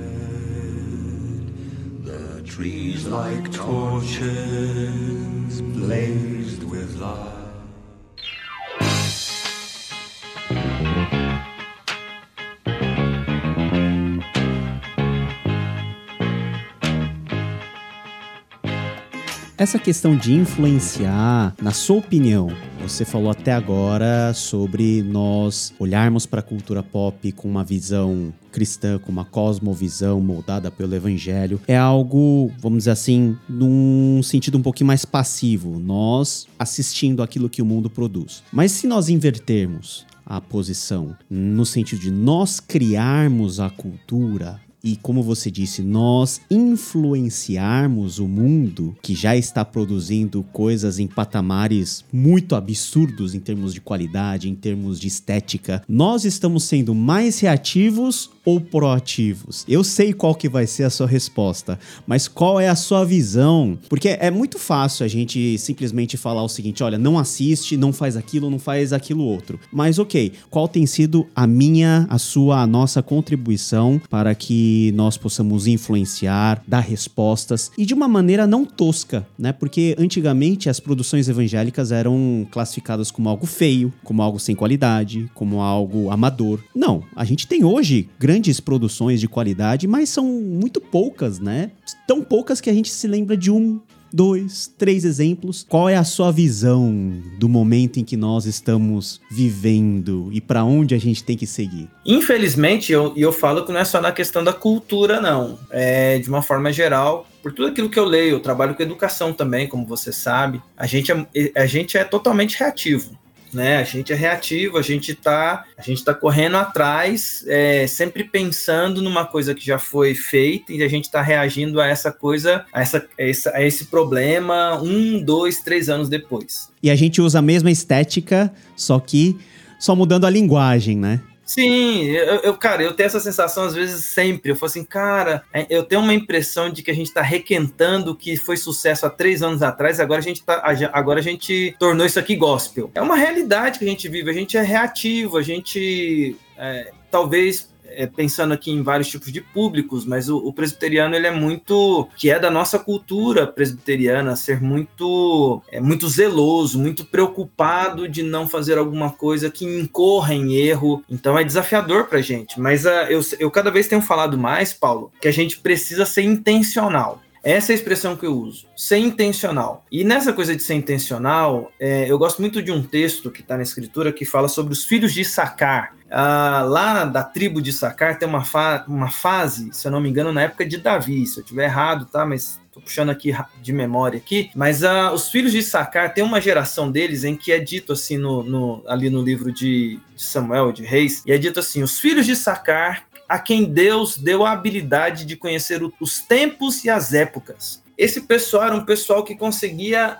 The trees like torches blazed with light. Essa questão de influenciar, na sua opinião, você falou até agora sobre nós olharmos para a cultura pop com uma visão cristã, com uma cosmovisão moldada pelo evangelho. É algo, vamos dizer assim, num sentido um pouquinho mais passivo, nós assistindo aquilo que o mundo produz. Mas se nós invertermos a posição no sentido de nós criarmos a cultura, e como você disse, nós influenciarmos o mundo que já está produzindo coisas em patamares muito absurdos em termos de qualidade, em termos de estética, nós estamos sendo mais reativos ou proativos? Eu sei qual que vai ser a sua resposta, mas qual é a sua visão? Porque é muito fácil a gente simplesmente falar o seguinte, olha, não assiste, não faz aquilo, não faz aquilo outro. Mas ok, qual tem sido a minha, a sua, a nossa contribuição para que nós possamos influenciar, dar respostas e de uma maneira não tosca, né? Porque antigamente as produções evangélicas eram classificadas como algo feio, como algo sem qualidade, como algo amador. Não, a gente tem hoje grandes produções de qualidade, mas são muito poucas, né? Tão poucas que a gente se lembra de um, dois, três exemplos. Qual é a sua visão do momento em que nós estamos vivendo e para onde a gente tem que seguir? Infelizmente, eu, eu falo que não é só na questão da cultura, não. É, de uma forma geral, por tudo aquilo que eu leio, eu trabalho com educação também, como você sabe, a gente é, a gente é totalmente reativo. Né? A gente é reativo, a gente tá, a gente tá correndo atrás, é, sempre pensando numa coisa que já foi feita e a gente tá reagindo a essa coisa, a, essa, a, essa, a esse problema um, dois, três anos depois. E a gente usa a mesma estética, só que só mudando a linguagem, né? Sim, eu, eu, cara, eu tenho essa sensação às vezes sempre, eu falo assim, cara, eu tenho uma impressão de que a gente tá requentando o que foi sucesso há três anos atrás, agora a gente tá, agora a gente tornou isso aqui gospel. É uma realidade que a gente vive, a gente é reativo, a gente, é, talvez... É, pensando aqui em vários tipos de públicos, mas o, o presbiteriano ele é muito, que é da nossa cultura presbiteriana, ser muito, é, muito zeloso, muito preocupado de não fazer alguma coisa que incorra em erro, então é desafiador pra gente, mas uh, eu, eu cada vez tenho falado mais, Paulo, que a gente precisa ser intencional. Essa é a expressão que eu uso, ser intencional. E nessa coisa de ser intencional, é, eu gosto muito de um texto que está na Escritura que fala sobre os filhos de Issacar. Ah, lá da tribo de Issacar tem uma, fa- uma fase, se eu não me engano, na época de Davi. Se eu estiver errado, tá? Mas estou puxando aqui de memória aqui. Mas ah, os filhos de Issacar, tem uma geração deles em que é dito assim, no, no, ali no livro de, de Samuel, de Reis, e é dito assim, os filhos de Issacar, a quem Deus deu a habilidade de conhecer os tempos e as épocas. Esse pessoal era um pessoal que conseguia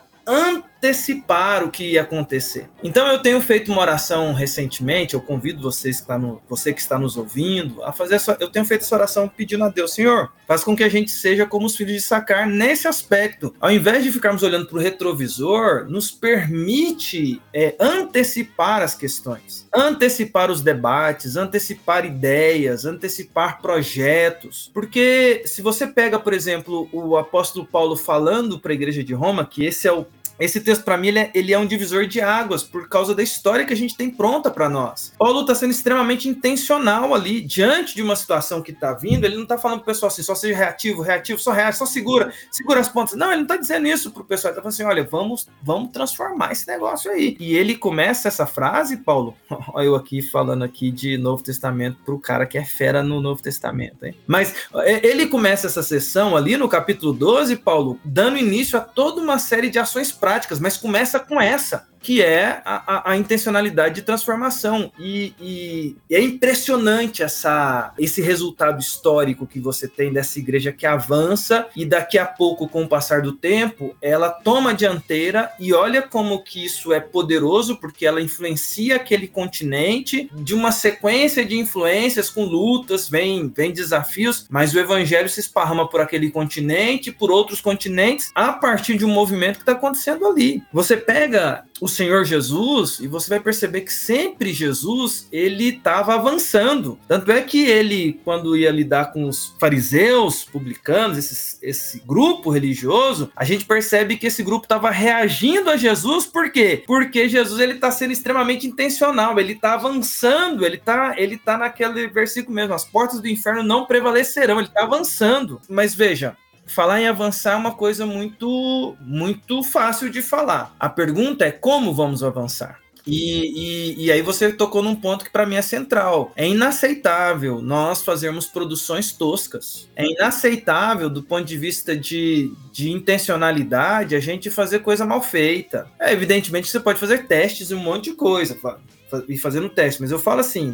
antecipar o que ia acontecer. Então eu tenho feito uma oração recentemente, eu convido vocês que está no, você que está nos ouvindo a fazer essa, eu tenho feito essa oração pedindo a Deus, Senhor, faz com que a gente seja como os filhos de Issacar nesse aspecto. Ao invés de ficarmos olhando para o retrovisor, nos permite é, antecipar as questões, antecipar os debates, antecipar ideias, antecipar projetos. Porque se você pega, por exemplo, o apóstolo Paulo falando para a igreja de Roma, que esse é o Esse texto, para mim, ele é, ele é um divisor de águas por causa da história que a gente tem pronta para nós. Paulo está sendo extremamente intencional ali, diante de uma situação que está vindo, ele não está falando para o pessoal assim, só seja reativo, reativo, só reage, só segura, segura as pontas. Não, ele não está dizendo isso para o pessoal, ele está falando assim, olha, vamos, vamos transformar esse negócio aí. E ele começa essa frase, Paulo, olha eu aqui falando aqui de Novo Testamento para o cara que é fera no Novo Testamento, hein? Mas ele começa essa sessão ali no capítulo doze, Paulo, dando início a toda uma série de ações práticas, práticas, mas começa com essa, que é a, a, a intencionalidade de transformação. E, e, e é impressionante essa, esse resultado histórico que você tem dessa igreja que avança e daqui a pouco, com o passar do tempo, ela toma a dianteira e olha como que isso é poderoso, porque ela influencia aquele continente de uma sequência de influências com lutas, vem, vem desafios, mas o evangelho se esparrama por aquele continente, por outros continentes, a partir de um movimento que está acontecendo ali. Você pega o Senhor Jesus e você vai perceber que sempre Jesus, ele estava avançando. Tanto é que ele, quando ia lidar com os fariseus, publicanos, esse, esse grupo religioso, a gente percebe que esse grupo estava reagindo a Jesus. Por quê? Porque Jesus ele está sendo extremamente intencional, ele está avançando, ele está ele tá naquele versículo mesmo, as portas do inferno não prevalecerão, ele está avançando. Mas veja, falar em avançar é uma coisa muito, muito fácil de falar. A pergunta é como vamos avançar? E, e, e aí você tocou num ponto que para mim é central. É inaceitável nós fazermos produções toscas. É inaceitável do ponto de vista de, de intencionalidade a gente fazer coisa mal feita. É, evidentemente você pode fazer testes e um monte de coisa, e fazendo teste, mas eu falo assim,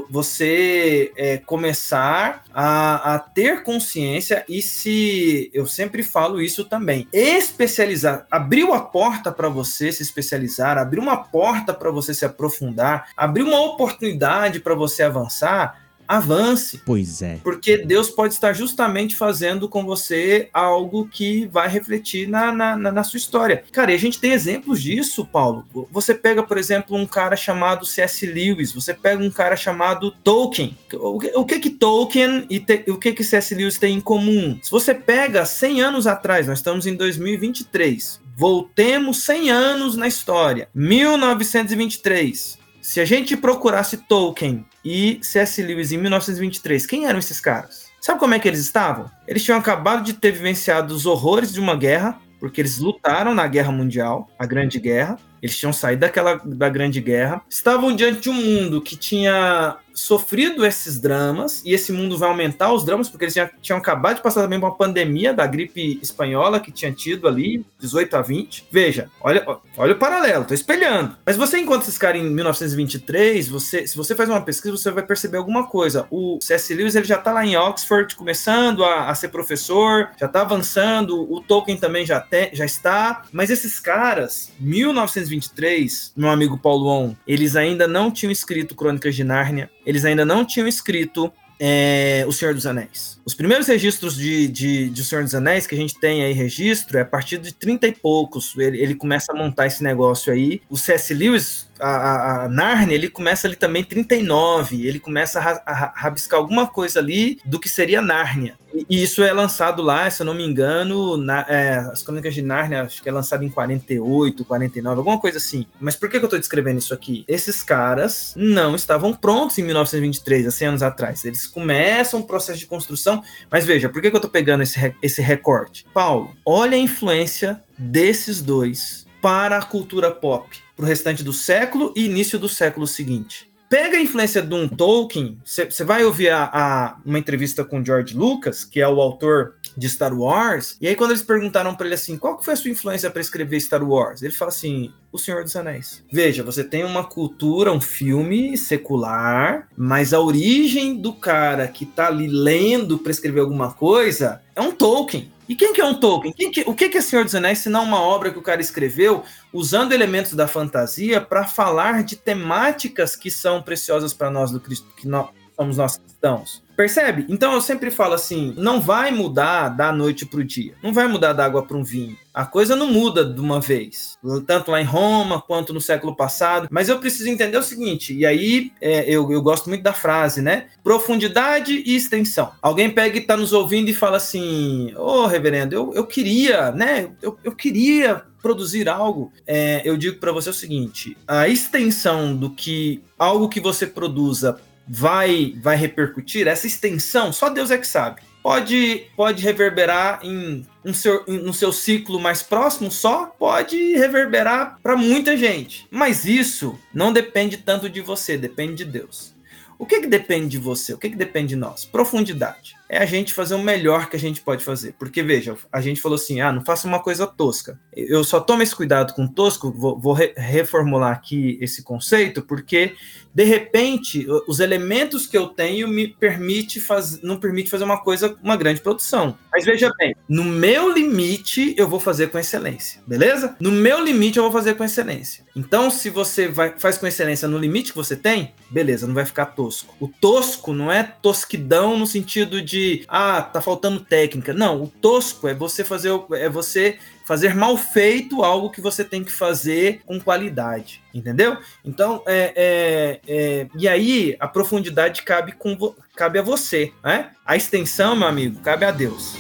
você é, começar a, a ter consciência e se, eu sempre falo isso também, especializar, abriu a porta para você se especializar, abriu uma porta para você se aprofundar, abriu uma oportunidade para você avançar, avance. Pois é. Porque Deus pode estar justamente fazendo com você algo que vai refletir na, na, na sua história. Cara, e a gente tem exemplos disso, Paulo. Você pega, por exemplo, um cara chamado C S. Lewis, você pega um cara chamado Tolkien. O que, o que que Tolkien e te, o que que C S. Lewis tem em comum? Se você pega cem anos atrás, nós estamos em dois mil e vinte e três, voltemos cem anos na história, mil novecentos e vinte e três. Se a gente procurasse Tolkien e C S. Lewis em mil novecentos e vinte e três, quem eram esses caras? Sabe como é que eles estavam? Eles tinham acabado de ter vivenciado os horrores de uma guerra, porque eles lutaram na Guerra Mundial, a Grande Guerra. Eles tinham saído daquela, da Grande Guerra. Estavam diante de um mundo que tinha sofrido esses dramas, e esse mundo vai aumentar os dramas, porque eles tinham, tinham acabado de passar também por uma pandemia da gripe espanhola que tinha tido ali, dezoito a vinte. Veja, olha, olha o paralelo, tô espelhando. Mas você encontra esses caras em mil novecentos e vinte e três, você, se você faz uma pesquisa, você vai perceber alguma coisa. O C S. Lewis ele já tá lá em Oxford, começando a, a ser professor, já tá avançando, o Tolkien também já, te, já está, mas esses caras, mil novecentos e vinte e três, meu amigo Paulo On, eles ainda não tinham escrito Crônicas de Nárnia, eles ainda não tinham escrito é, O Senhor dos Anéis. Os primeiros registros de, de, de O Senhor dos Anéis que a gente tem aí registro é a partir de trinta e poucos, ele, ele começa a montar esse negócio aí. O C S. Lewis, a, a, a Nárnia, ele começa ali também em trinta e nove, ele começa a, ra, a rabiscar alguma coisa ali do que seria Nárnia. E isso é lançado lá, se eu não me engano, na, é, as Crônicas de Nárnia, acho que é lançado em quarenta e oito, quarenta e nove, alguma coisa assim. Mas por que, que eu tô descrevendo isso aqui? Esses caras não estavam prontos em mil novecentos e vinte e três, há cem anos atrás. Eles começam um processo de construção, mas veja, por que, que eu tô pegando esse, esse recorte? Paulo, olha a influência desses dois para a cultura pop, pro restante do século e início do século seguinte. Pega a influência de um Tolkien, você vai ouvir a, a, uma entrevista com o George Lucas, que é o autor de Star Wars, e aí quando eles perguntaram para ele assim, qual que foi a sua influência para escrever Star Wars? Ele fala assim, O Senhor dos Anéis. Veja, você tem uma cultura, um filme secular, mas a origem do cara que tá ali lendo para escrever alguma coisa é um Tolkien. E quem que é um Tolkien? Quem que, o que que é Senhor dos Anéis, se não uma obra que o cara escreveu usando elementos da fantasia para falar de temáticas que são preciosas para nós do Cristo, que nós somos nós cristãos? Percebe? Então eu sempre falo assim, não vai mudar da noite pro dia, não vai mudar da água para um vinho. A coisa não muda de uma vez, tanto lá em Roma quanto no século passado, mas eu preciso entender o seguinte, e aí é, eu, eu gosto muito da frase, né? Profundidade e extensão. Alguém pega e tá nos ouvindo e fala assim, ô oh, reverendo, eu, eu queria, né? Eu, eu queria produzir algo. É, eu digo para você o seguinte, a extensão do que algo que você produza vai, vai repercutir, essa extensão, só Deus é que sabe. Pode, pode reverberar em, um seu, em, no seu ciclo mais próximo só, pode reverberar para muita gente. Mas isso não depende tanto de você, depende de Deus. O que, que depende de você? O que, que depende de nós? Profundidade. É a gente fazer o melhor que a gente pode fazer. Porque, veja, a gente falou assim, ah, não faça uma coisa tosca. Eu só tomo esse cuidado com tosco, vou, vou re- reformular aqui esse conceito, porque, de repente, os elementos que eu tenho me permite faz, não permite fazer uma coisa, uma grande produção. Mas veja bem, no meu limite, eu vou fazer com excelência, beleza? No meu limite, eu vou fazer com excelência. Então, se você vai, faz com excelência no limite que você tem, beleza, não vai ficar tosco. O tosco não é tosquidão no sentido de de, ah, tá faltando técnica. Não, o tosco é você fazer, é você fazer mal feito algo que você tem que fazer com qualidade, entendeu? Então, é, é, é, e aí a profundidade cabe, com, cabe a você, né? A extensão, meu amigo, cabe a Deus.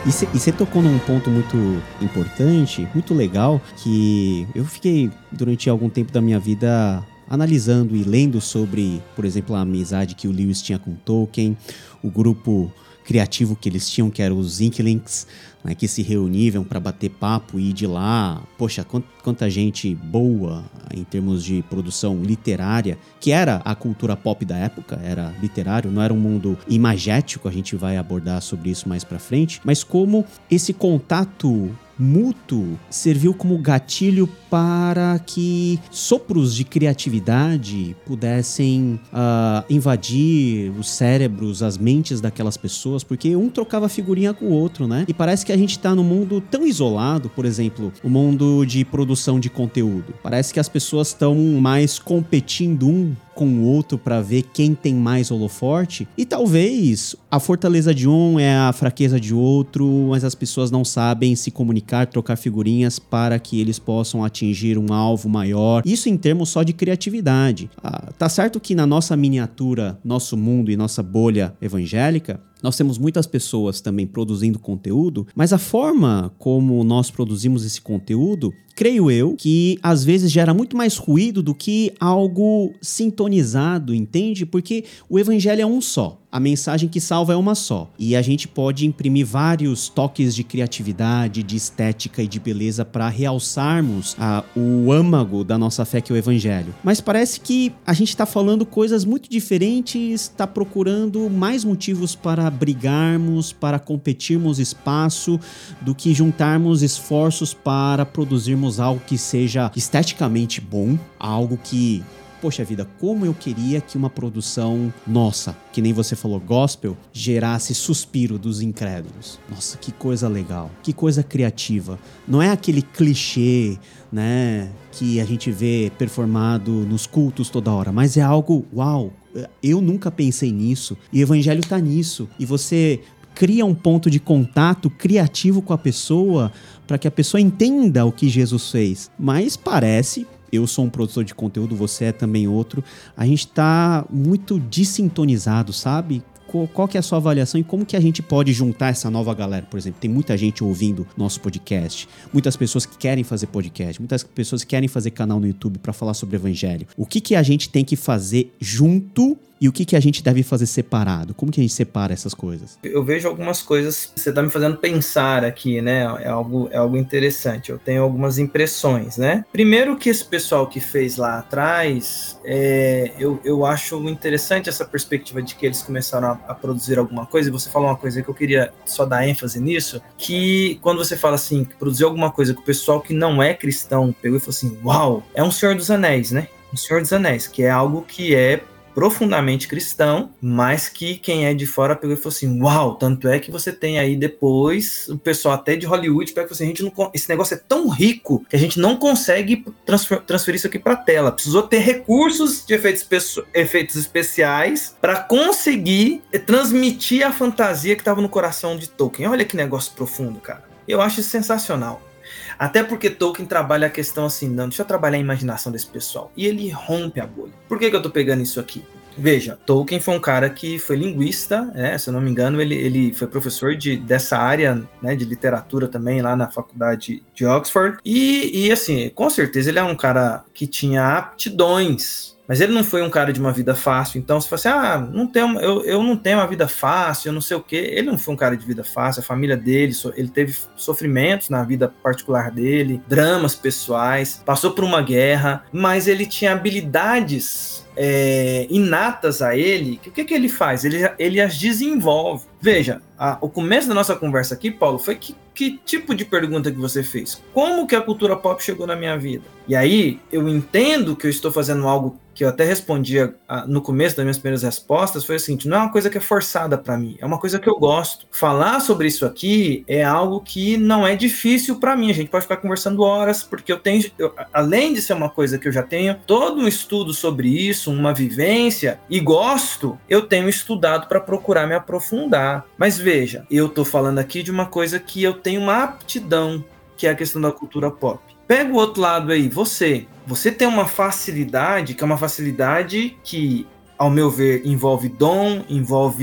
E você tocou num ponto muito importante, muito legal, que eu fiquei durante algum tempo da minha vida analisando e lendo sobre, por exemplo, a amizade que o Lewis tinha com Tolkien, o grupo criativo que eles tinham, que eram os Inklings, né, que se reuniam para bater papo e de lá, poxa, quanta gente boa em termos de produção literária, que era a cultura pop da época, era literário, não era um mundo imagético, a gente vai abordar sobre isso mais para frente, mas como esse contato mútuo serviu como gatilho para que sopros de criatividade pudessem uh, invadir os cérebros, as mentes daquelas pessoas, porque um trocava figurinha com o outro, né? E parece que a gente tá num mundo tão isolado, por exemplo, o mundo de produção de conteúdo. Parece que as pessoas estão mais competindo um com o outro para ver quem tem mais holoforte, e talvez a fortaleza de um é a fraqueza de outro, mas as pessoas não sabem se comunicar, trocar figurinhas para que eles possam atingir um alvo maior. Isso em termos só de criatividade. Ah, tá certo que na nossa miniatura, nosso mundo e nossa bolha evangélica, nós temos muitas pessoas também produzindo conteúdo, mas a forma como nós produzimos esse conteúdo, creio eu, que às vezes gera muito mais ruído do que algo sintonizado, entende? Porque o evangelho é um só. A mensagem que salva é uma só. E a gente pode imprimir vários toques de criatividade, de estética e de beleza para realçarmos a, o âmago da nossa fé, que é o evangelho. Mas parece que a gente está falando coisas muito diferentes, está procurando mais motivos para brigarmos, para competirmos espaço, do que juntarmos esforços para produzirmos algo que seja esteticamente bom, algo que... Poxa vida, como eu queria que uma produção nossa, que nem você falou, gospel, gerasse suspiro dos incrédulos. Nossa, que coisa legal, que coisa criativa. Não é aquele clichê, né, que a gente vê performado nos cultos toda hora, mas é algo, uau, eu nunca pensei nisso, e o evangelho tá nisso, e você cria um ponto de contato criativo com a pessoa, para que a pessoa entenda o que Jesus fez. Mas parece... Eu sou um produtor de conteúdo, você é também outro. A gente tá muito desintonizado, sabe? Qual que é a sua avaliação e como que a gente pode juntar essa nova galera? Por exemplo, tem muita gente ouvindo nosso podcast, muitas pessoas que querem fazer podcast, muitas pessoas que querem fazer canal no YouTube para falar sobre o evangelho. O que que a gente tem que fazer junto e o que que a gente deve fazer separado? Como que a gente separa essas coisas? Eu vejo algumas coisas que você está me fazendo pensar aqui, né? É algo, é algo interessante. Eu tenho algumas impressões, né? Primeiro que esse pessoal que fez lá atrás, é, eu, eu acho interessante essa perspectiva de que eles começaram a, a produzir alguma coisa. E você falou uma coisa que eu queria só dar ênfase nisso, que quando você fala assim, que produziu alguma coisa que o pessoal que não é cristão pegou e falou assim, uau, é um Senhor dos Anéis, né? Um Senhor dos Anéis, que é algo que é profundamente cristão, mas que quem é de fora pegou e falou assim, uau, tanto é que você tem aí depois o pessoal até de Hollywood pega e falou assim, a gente não, esse negócio é tão rico que a gente não consegue transfer, transferir isso aqui para tela, precisou ter recursos de efeitos, efeitos especiais para conseguir transmitir a fantasia que estava no coração de Tolkien. Olha que negócio profundo, cara. Eu acho isso sensacional. Até porque Tolkien trabalha a questão assim, não, deixa eu trabalhar a imaginação desse pessoal. E ele rompe a bolha. Por que que eu tô pegando isso aqui? Veja, Tolkien foi um cara que foi linguista, né, se eu não me engano, ele, ele foi professor de, dessa área, né, de literatura também, lá na faculdade de Oxford. E, e assim, com certeza ele é um cara que tinha aptidões, mas ele não foi um cara de uma vida fácil. Então, se você ah, não tenho, eu, eu não tenho uma vida fácil, eu não sei o quê. Ele não foi um cara de vida fácil, a família dele, ele teve sofrimentos na vida particular dele, dramas pessoais, passou por uma guerra, mas ele tinha habilidades é, inatas a ele. O que, que ele faz? Ele, ele as desenvolve. Veja, a, o começo da nossa conversa aqui, Paulo, foi que, que tipo de pergunta que você fez? Como que a cultura pop chegou na minha vida? E aí, eu entendo que eu estou fazendo algo que eu até respondia no começo das minhas primeiras respostas, foi o seguinte, não é uma coisa que é forçada para mim, é uma coisa que eu gosto. Falar sobre isso aqui é algo que não é difícil para mim, a gente pode ficar conversando horas, porque eu tenho, eu, além de ser uma coisa que eu já tenho todo um estudo sobre isso, uma vivência, e gosto, eu tenho estudado para procurar me aprofundar. Mas veja, eu tô falando aqui de uma coisa que eu tenho uma aptidão, que é a questão da cultura pop. Pega o outro lado aí, você. Você tem uma facilidade, que é uma facilidade que, ao meu ver, envolve dom, envolve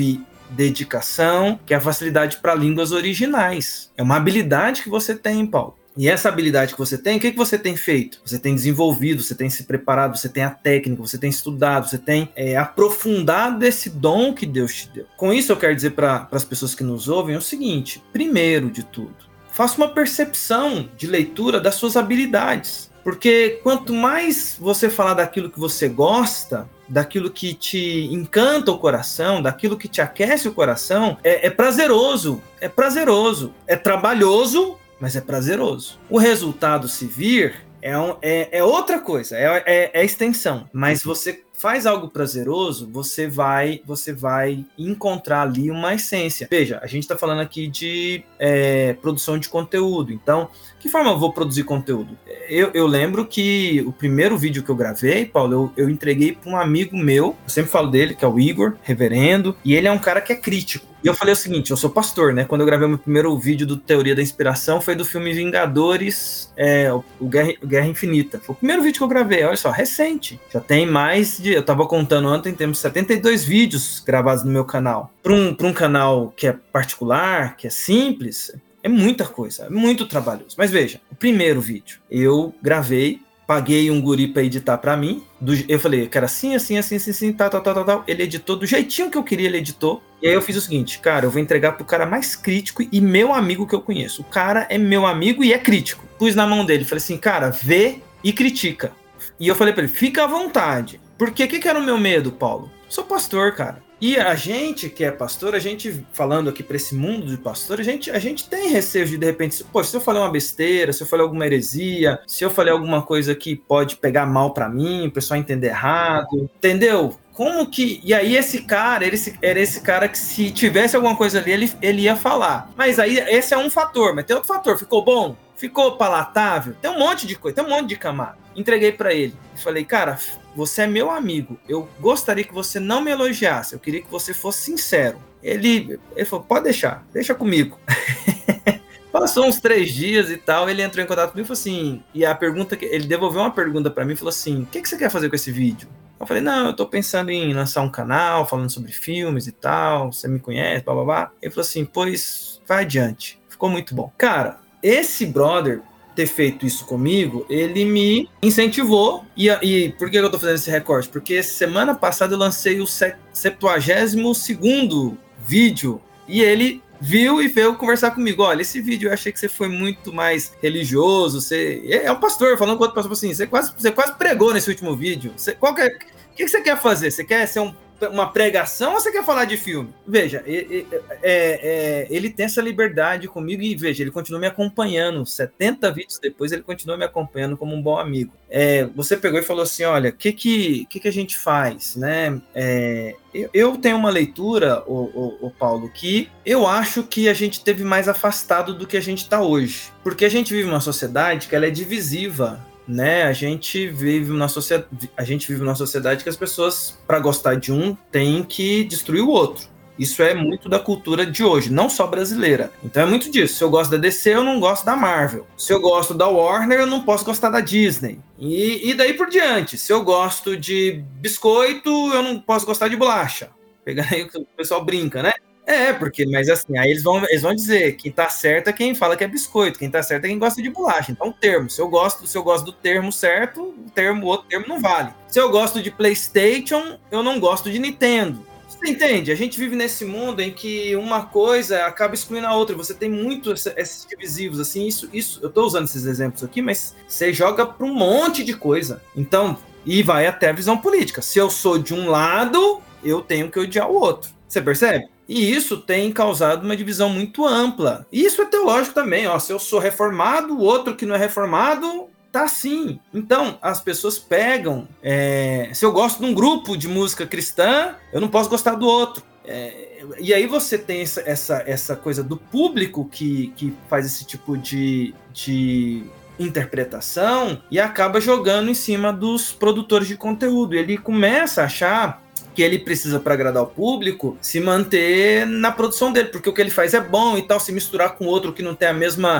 dedicação, que é a facilidade para línguas originais. É uma habilidade que você tem, Paulo. E essa habilidade que você tem, o que, que você tem feito? Você tem desenvolvido, você tem se preparado, você tem a técnica, você tem estudado, você tem é, aprofundado esse dom que Deus te deu. Com isso eu quero dizer para as pessoas que nos ouvem o seguinte: primeiro de tudo, faça uma percepção de leitura das suas habilidades. Porque quanto mais você falar daquilo que você gosta, daquilo que te encanta o coração, daquilo que te aquece o coração, é, é prazeroso, é prazeroso, é trabalhoso, mas é prazeroso. O resultado se vir é, um, é, é outra coisa, é, é, é extensão, mas você faz algo prazeroso, você vai, você vai encontrar ali uma essência. Veja, a gente está falando aqui de é, produção de conteúdo. Então, que forma eu vou produzir conteúdo? Eu, eu lembro que o primeiro vídeo que eu gravei, Paulo, eu, eu entreguei para um amigo meu, eu sempre falo dele, que é o Igor, reverendo, e ele é um cara que é crítico. E eu falei o seguinte, eu sou pastor, né? Quando eu gravei o meu primeiro vídeo do Teoria da Inspiração, foi do filme Vingadores, é, o Guerra, Guerra Infinita. Foi o primeiro vídeo que eu gravei, olha só, recente. Já tem mais de... Eu tava contando ontem, temos setenta e dois vídeos gravados no meu canal. Para um, para um canal que é particular, que é simples, é muita coisa, é muito trabalhoso. Mas veja, o primeiro vídeo, eu gravei, paguei um guri para editar para mim. Do, eu falei, eu quero assim, assim, assim, assim, assim, tal, tal, tal, tal, tal. Ele editou do jeitinho que eu queria, ele editou. E aí eu fiz o seguinte, cara, eu vou entregar pro cara mais crítico e meu amigo que eu conheço. O cara é meu amigo e é crítico. Pus na mão dele, falei assim, cara, vê e critica. E eu falei para ele, fica à vontade. Porque o que, que era o meu medo, Paulo? Sou pastor, cara. E a gente que é pastor, a gente, falando aqui para esse mundo de pastor, a gente, a gente tem receio de, de repente, pô, se eu falei uma besteira, se eu falei alguma heresia, se eu falei alguma coisa que pode pegar mal para mim, o pessoal entender errado, entendeu? Como que... E aí esse cara, ele, era esse cara que se tivesse alguma coisa ali, ele, ele ia falar. Mas aí esse é um fator, mas tem outro fator. Ficou bom? Ficou palatável? Tem um monte de coisa, tem um monte de camada. Entreguei para ele. Falei, cara, você é meu amigo. Eu gostaria que você não me elogiasse. Eu queria que você fosse sincero. Ele, ele falou, pode deixar, deixa comigo. Passou uns três dias e tal, ele entrou em contato comigo e falou assim, e a pergunta que ele devolveu uma pergunta para mim e falou assim, o que, que você quer fazer com esse vídeo? Eu falei, não, eu tô pensando em lançar um canal falando sobre filmes e tal, você me conhece, blá blá blá. Ele falou assim, pois vai adiante. Ficou muito bom. Cara, esse brother ter feito isso comigo, ele me incentivou. E, e por que eu tô fazendo esse recorte? Porque semana passada eu lancei o septuagésimo segundo vídeo e ele viu e veio conversar comigo. Olha, esse vídeo eu achei que você foi muito mais religioso. Você é um pastor falando com outro pastor assim, você quase, você quase pregou nesse último vídeo. Você, qual que é, o que você quer fazer? Você quer ser um uma pregação ou você quer falar de filme? Veja, ele, é, é, ele tem essa liberdade comigo e veja, ele continua me acompanhando, setenta vídeos depois ele continua me acompanhando como um bom amigo. É, você pegou e falou assim, olha, o que que, que que a gente faz, né? É, eu, eu tenho uma leitura, o, o, o Paulo, que eu acho que a gente teve mais afastado do que a gente está hoje, porque a gente vive uma sociedade que ela é divisiva. Né, a gente vive numa sociedade, a gente vive numa sociedade que as pessoas, para gostar de um, têm que destruir o outro. Isso é muito da cultura de hoje, não só brasileira. Então é muito disso. Se eu gosto da D C, eu não gosto da Marvel. Se eu gosto da Warner, eu não posso gostar da Disney. E, e daí por diante. Se eu gosto de biscoito, eu não posso gostar de bolacha. Pegando aí o que o pessoal brinca, né? É, porque, mas assim, aí eles vão, eles vão dizer quem tá certo é quem fala que é biscoito, quem tá certo é quem gosta de bolacha. Então, termo, se eu gosto, se eu gosto do termo certo, o termo, o outro termo não vale. Se eu gosto de PlayStation, eu não gosto de Nintendo. Você entende? A gente vive nesse mundo em que uma coisa acaba excluindo a outra. Você tem muito esses divisivos, assim, isso, isso, eu tô usando esses exemplos aqui, mas você joga para um monte de coisa. Então, e vai até a visão política. Se eu sou de um lado, eu tenho que odiar o outro. Você percebe? E isso tem causado uma divisão muito ampla. E isso é teológico também. Ó, se eu sou reformado, o outro que não é reformado tá assim. Então, as pessoas pegam... É, se eu gosto de um grupo de música cristã, eu não posso gostar do outro. É, e aí você tem essa, essa, essa coisa do público que, que faz esse tipo de... de interpretação e acaba jogando em cima dos produtores de conteúdo. Ele começa a achar que ele precisa, para agradar o público, se manter na produção dele, porque o que ele faz é bom e tal, se misturar com outro que não tem a mesma,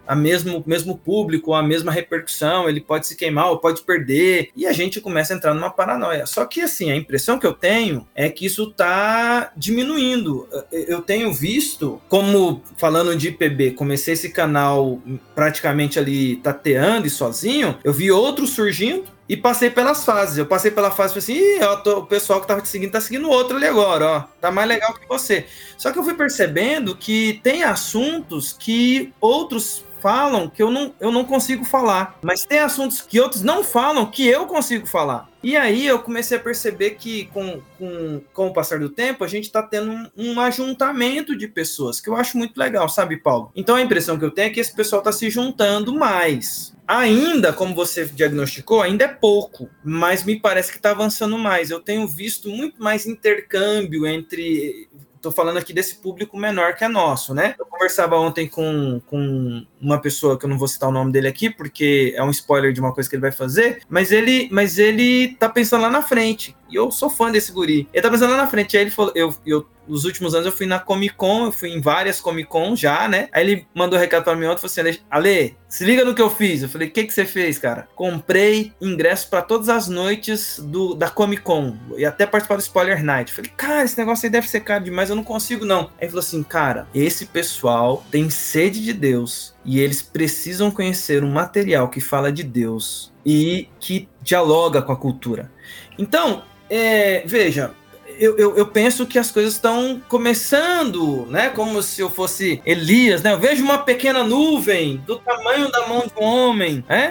a mesmo, mesmo público, a mesma repercussão, ele pode se queimar ou pode perder, e a gente começa a entrar numa paranoia. Só que, assim, a impressão que eu tenho é que isso tá diminuindo. Eu tenho visto, como, falando de I P B, comecei esse canal praticamente ali tateando e sozinho, eu vi outros surgindo, e passei pelas fases. Eu passei pela fase e falei assim, Ih, ó, tô, o pessoal que tava te seguindo tá seguindo outro ali agora, ó. Tá mais legal que você. Só que eu fui percebendo que tem assuntos que outros falam que eu não, eu não consigo falar. Mas tem assuntos que outros não falam que eu consigo falar. E aí eu comecei a perceber que com, com, com o passar do tempo, a gente tá tendo um, um ajuntamento de pessoas, que eu acho muito legal, sabe, Paulo? Então a impressão que eu tenho é que esse pessoal tá se juntando mais. Ainda, como você diagnosticou, ainda é pouco, mas me parece que está avançando mais. Eu tenho visto muito mais intercâmbio entre... Estou falando aqui desse público menor que é nosso, né? Eu conversava ontem com, com uma pessoa, que eu não vou citar o nome dele aqui, porque é um spoiler de uma coisa que ele vai fazer, mas ele, mas ele tá pensando lá na frente. E eu sou fã desse guri. Ele tá pensando lá na frente. Aí ele falou, eu, eu nos últimos anos eu fui na Comic Con, eu fui em várias Comic Con já, né? Aí ele mandou um recado pra mim ontem e falou assim, Ale, se liga no que eu fiz. Eu falei, o que que você fez, cara? Comprei ingresso pra todas as noites do, da Comic Con, e até participar do Spoiler Night. Eu falei, cara, esse negócio aí deve ser caro demais, eu não consigo não. Aí ele falou assim, cara, esse pessoal tem sede de Deus, e eles precisam conhecer um material que fala de Deus e que dialoga com a cultura. Então, é, veja, eu, eu, eu penso que as coisas estão começando, né? Como se eu fosse Elias, né? Eu vejo uma pequena nuvem do tamanho da mão de um homem, né?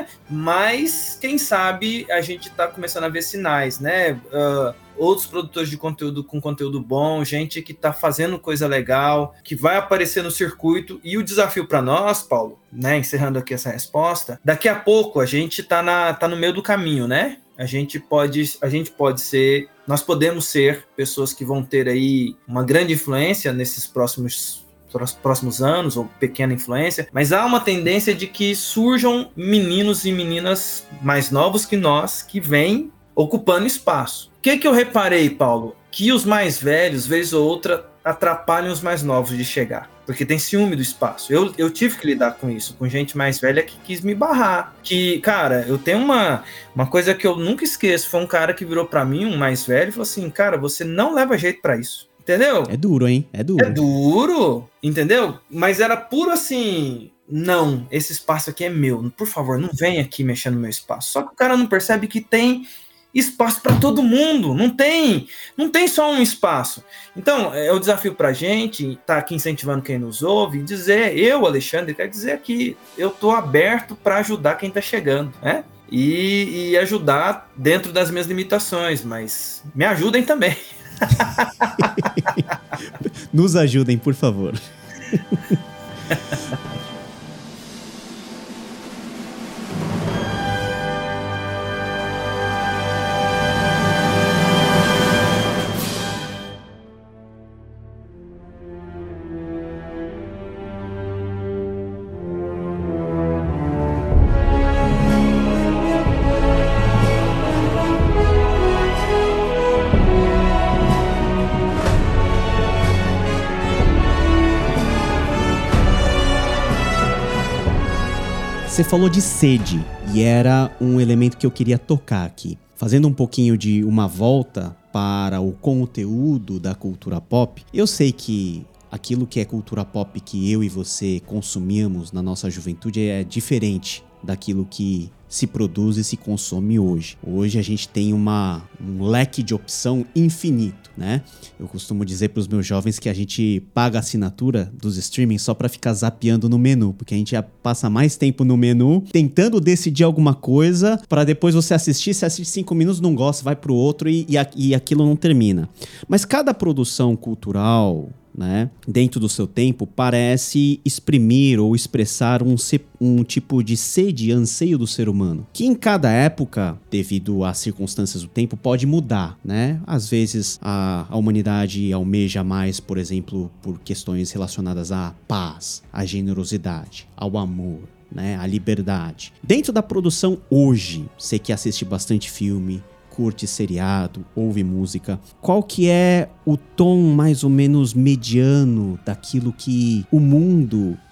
Mas, quem sabe, a gente está começando a ver sinais, né? Uh, outros produtores de conteúdo com conteúdo bom, gente que está fazendo coisa legal, que vai aparecer no circuito. E o desafio para nós, Paulo, né? Encerrando aqui essa resposta, daqui a pouco a gente está na, tá no meio do caminho, né? A gente pode, a gente pode ser, nós podemos ser pessoas que vão ter aí uma grande influência nesses próximos, próximos anos, ou pequena influência, mas há uma tendência de que surjam meninos e meninas mais novos que nós, que vêm ocupando espaço. O que que eu reparei, Paulo? Que os mais velhos, vez ou outra, atrapalham os mais novos de chegar, porque tem ciúme do espaço. Eu, eu tive que lidar com isso, com gente mais velha que quis me barrar. Que, cara, eu tenho uma, uma coisa que eu nunca esqueço, foi um cara que virou pra mim, um mais velho, e falou assim, cara, você não leva jeito pra isso. Entendeu? É duro, hein? É duro. É duro, entendeu? Mas era puro assim... Não, esse espaço aqui é meu. Por favor, não venha aqui mexer no meu espaço. Só que o cara não percebe que tem espaço para todo mundo. Não tem, não tem só um espaço. Então, é o desafio para a gente, tá aqui incentivando quem nos ouve, dizer, eu, Alexandre, quero dizer que eu tô aberto para ajudar quem tá chegando, né? E, e ajudar dentro das minhas limitações, mas me ajudem também. Nos ajudem, por favor. Você falou de sede, e era um elemento que eu queria tocar aqui. Fazendo um pouquinho de uma volta para o conteúdo da cultura pop, eu sei que aquilo que é cultura pop que eu e você consumíamos na nossa juventude é diferente daquilo que se produz e se consome hoje. Hoje a gente tem uma, um leque de opção infinito, né? Eu costumo dizer para os meus jovens que a gente paga a assinatura dos streaming só para ficar zapeando no menu, porque a gente já passa mais tempo no menu tentando decidir alguma coisa para depois você assistir, se assiste cinco minutos, não gosta, vai pro outro e, e, e aquilo não termina. Mas cada produção cultural, né, dentro do seu tempo, parece exprimir ou expressar um, um tipo de sede e anseio do ser humano, que em cada época, devido às circunstâncias do tempo, pode mudar, né? Às vezes a, a humanidade almeja mais, por exemplo, por questões relacionadas à paz, à generosidade, ao amor, né, à liberdade. Dentro da produção hoje, você que assiste bastante filme, curte seriado, ouve música, qual que é o tom mais ou menos mediano daquilo que o mundo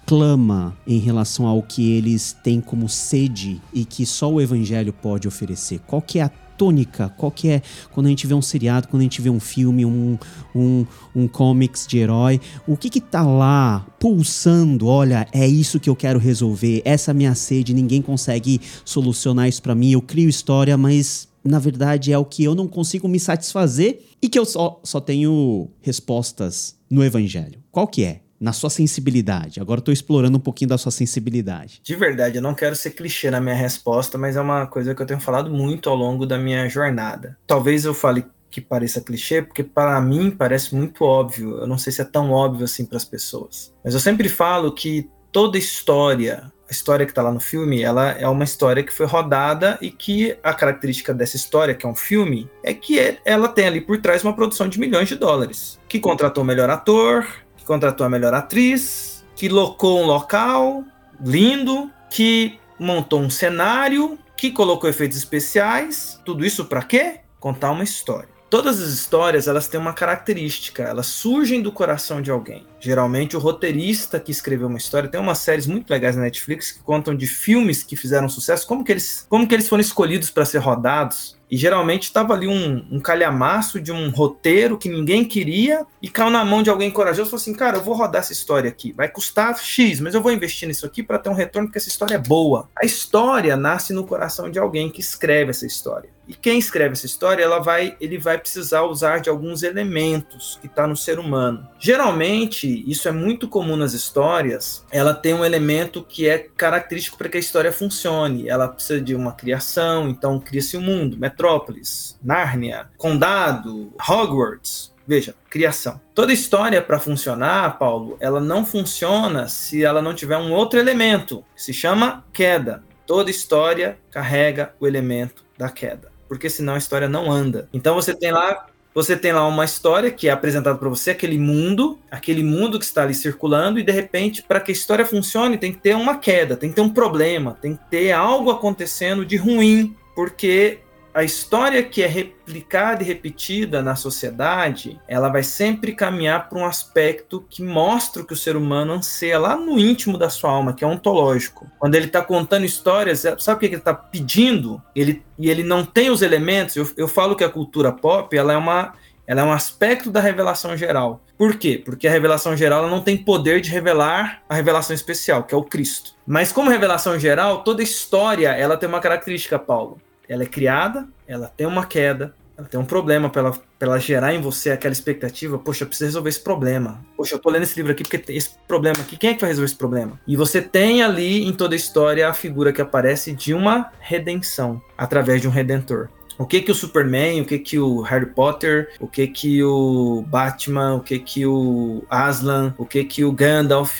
clama em relação ao que eles têm como sede e que só o evangelho pode oferecer? Qual que é a tônica? Qual que é, quando a gente vê um seriado, quando a gente vê um filme, um, um, um comics de herói, o que que tá lá pulsando? Olha, é isso que eu quero resolver, essa é a minha sede, ninguém consegue solucionar isso pra mim, eu crio história, mas na verdade é o que eu não consigo me satisfazer e que eu só, só tenho respostas no evangelho. Qual que é? Na sua sensibilidade. Agora eu tô explorando um pouquinho da sua sensibilidade. De verdade, eu não quero ser clichê na minha resposta, mas é uma coisa que eu tenho falado muito ao longo da minha jornada. Talvez eu fale que pareça clichê, porque para mim parece muito óbvio. Eu não sei se é tão óbvio assim para as pessoas. Mas eu sempre falo que toda história, a história que está lá no filme, ela é uma história que foi rodada e que a característica dessa história, que é um filme, é que ela tem ali por trás uma produção de milhões de dólares. Que contratou o melhor ator, contratou a melhor atriz, que locou um local lindo, que montou um cenário, que colocou efeitos especiais. Tudo isso para quê? Contar uma história. Todas as histórias, elas têm uma característica, elas surgem do coração de alguém. Geralmente o roteirista que escreveu uma história, tem umas séries muito legais na Netflix que contam de filmes que fizeram sucesso, como que eles, como que eles foram escolhidos para ser rodados. E geralmente estava ali um, um calhamaço de um roteiro que ninguém queria e caiu na mão de alguém corajoso e falou assim, cara, eu vou rodar essa história aqui, vai custar X, mas eu vou investir nisso aqui para ter um retorno porque essa história é boa. A história nasce no coração de alguém que escreve essa história. E quem escreve essa história, ela vai, ele vai precisar usar de alguns elementos que está no ser humano. Geralmente, isso é muito comum nas histórias, ela tem um elemento que é característico para que a história funcione. Ela precisa de uma criação, então cria-se um mundo, Metrópolis, Nárnia, Condado, Hogwarts. Veja, criação. Toda história, para funcionar, Paulo, ela não funciona se ela não tiver um outro elemento, que se chama queda. Toda história carrega o elemento da queda, porque senão a história não anda. Então você tem lá, você tem lá uma história que é apresentada para você, aquele mundo, aquele mundo que está ali circulando, e de repente, para que a história funcione, tem que ter uma queda, tem que ter um problema, tem que ter algo acontecendo de ruim, porque a história que é replicada e repetida na sociedade, ela vai sempre caminhar para um aspecto que mostra o que o ser humano anseia lá no íntimo da sua alma, que é ontológico. Quando ele está contando histórias, sabe o que ele está pedindo? Ele, e ele não tem os elementos. Eu, eu falo que a cultura pop, ela é uma... ela é um aspecto da revelação geral. Por quê? Porque a revelação geral ela não tem poder de revelar a revelação especial, que é o Cristo. Mas como revelação geral, toda história ela tem uma característica, Paulo. Ela é criada, ela tem uma queda, ela tem um problema para ela, pra ela gerar em você aquela expectativa. Poxa, eu preciso resolver esse problema. Poxa, eu tô lendo esse livro aqui porque tem esse problema aqui. Quem é que vai resolver esse problema? E você tem ali em toda a história a figura que aparece de uma redenção, através de um redentor. O que que o Superman, o que que o Harry Potter, o que que o Batman, o que que o Aslan, o que que o Gandalf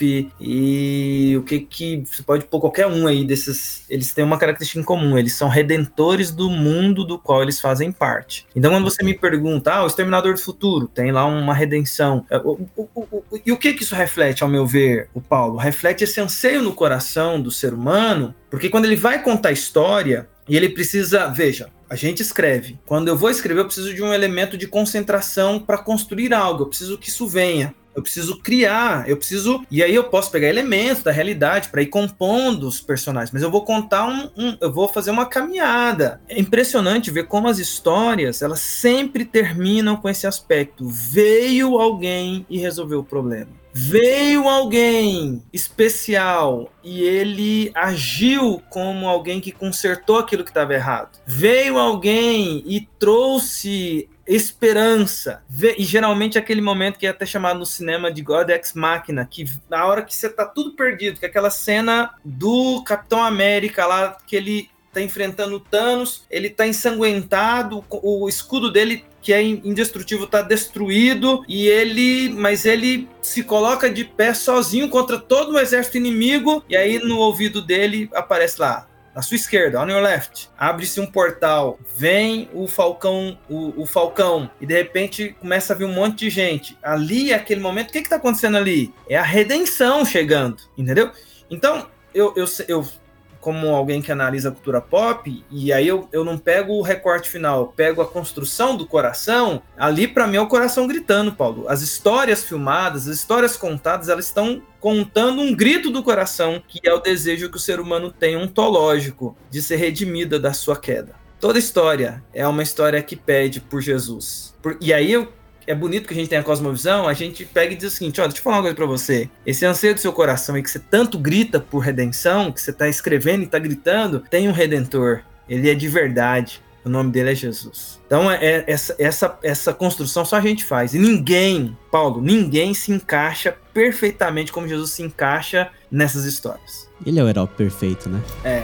e o que que... Você pode pôr qualquer um aí desses... Eles têm uma característica em comum, eles são redentores do mundo do qual eles fazem parte. Então quando você me pergunta, ah, o Exterminador do Futuro, tem lá uma redenção. O, o, o, o, e o que que isso reflete, ao meu ver, o Paulo? Reflete esse anseio no coração do ser humano, porque quando ele vai contar a história, e ele precisa... Veja, a gente escreve. Quando eu vou escrever, eu preciso de um elemento de concentração para construir algo. Eu preciso que isso venha. Eu preciso criar, eu preciso... E aí eu posso pegar elementos da realidade para ir compondo os personagens. Mas eu vou contar um, um... Eu vou fazer uma caminhada. É impressionante ver como as histórias, elas sempre terminam com esse aspecto. Veio alguém e resolveu o problema. Veio alguém especial e ele agiu como alguém que consertou aquilo que estava errado. Veio alguém e trouxe esperança. E geralmente é aquele momento que é até chamado no cinema de God Ex Machina, que na hora que você tá tudo perdido, que é aquela cena do Capitão América lá, que ele tá enfrentando o Thanos, ele tá ensanguentado, o escudo dele, que é indestrutível, tá destruído, e ele, mas ele se coloca de pé sozinho contra todo o exército inimigo, e aí no ouvido dele aparece lá, na sua esquerda, on your left, abre-se um portal, vem o Falcão, o, o Falcão, e de repente começa a vir um monte de gente. Ali, aquele momento, o que que tá acontecendo ali? É a redenção chegando, entendeu? Então, eu, eu, eu como alguém que analisa a cultura pop, e aí eu, eu não pego o recorte final, eu pego a construção do coração, ali pra mim é o coração gritando, Paulo. As histórias filmadas, as histórias contadas, elas estão contando um grito do coração, que é o desejo que o ser humano tem ontológico de ser redimida da sua queda. Toda história é uma história que pede por Jesus. Por, e aí eu é bonito que a gente tem a cosmovisão, a gente pega e diz o seguinte, ó, deixa eu falar uma coisa pra você, esse anseio do seu coração e que você tanto grita por redenção, que você tá escrevendo e tá gritando, tem um Redentor, ele é de verdade, o nome dele é Jesus. Então é, é, essa, essa, essa construção só a gente faz, e ninguém, Paulo, ninguém se encaixa perfeitamente como Jesus se encaixa nessas histórias. Ele é o herói perfeito, né? É.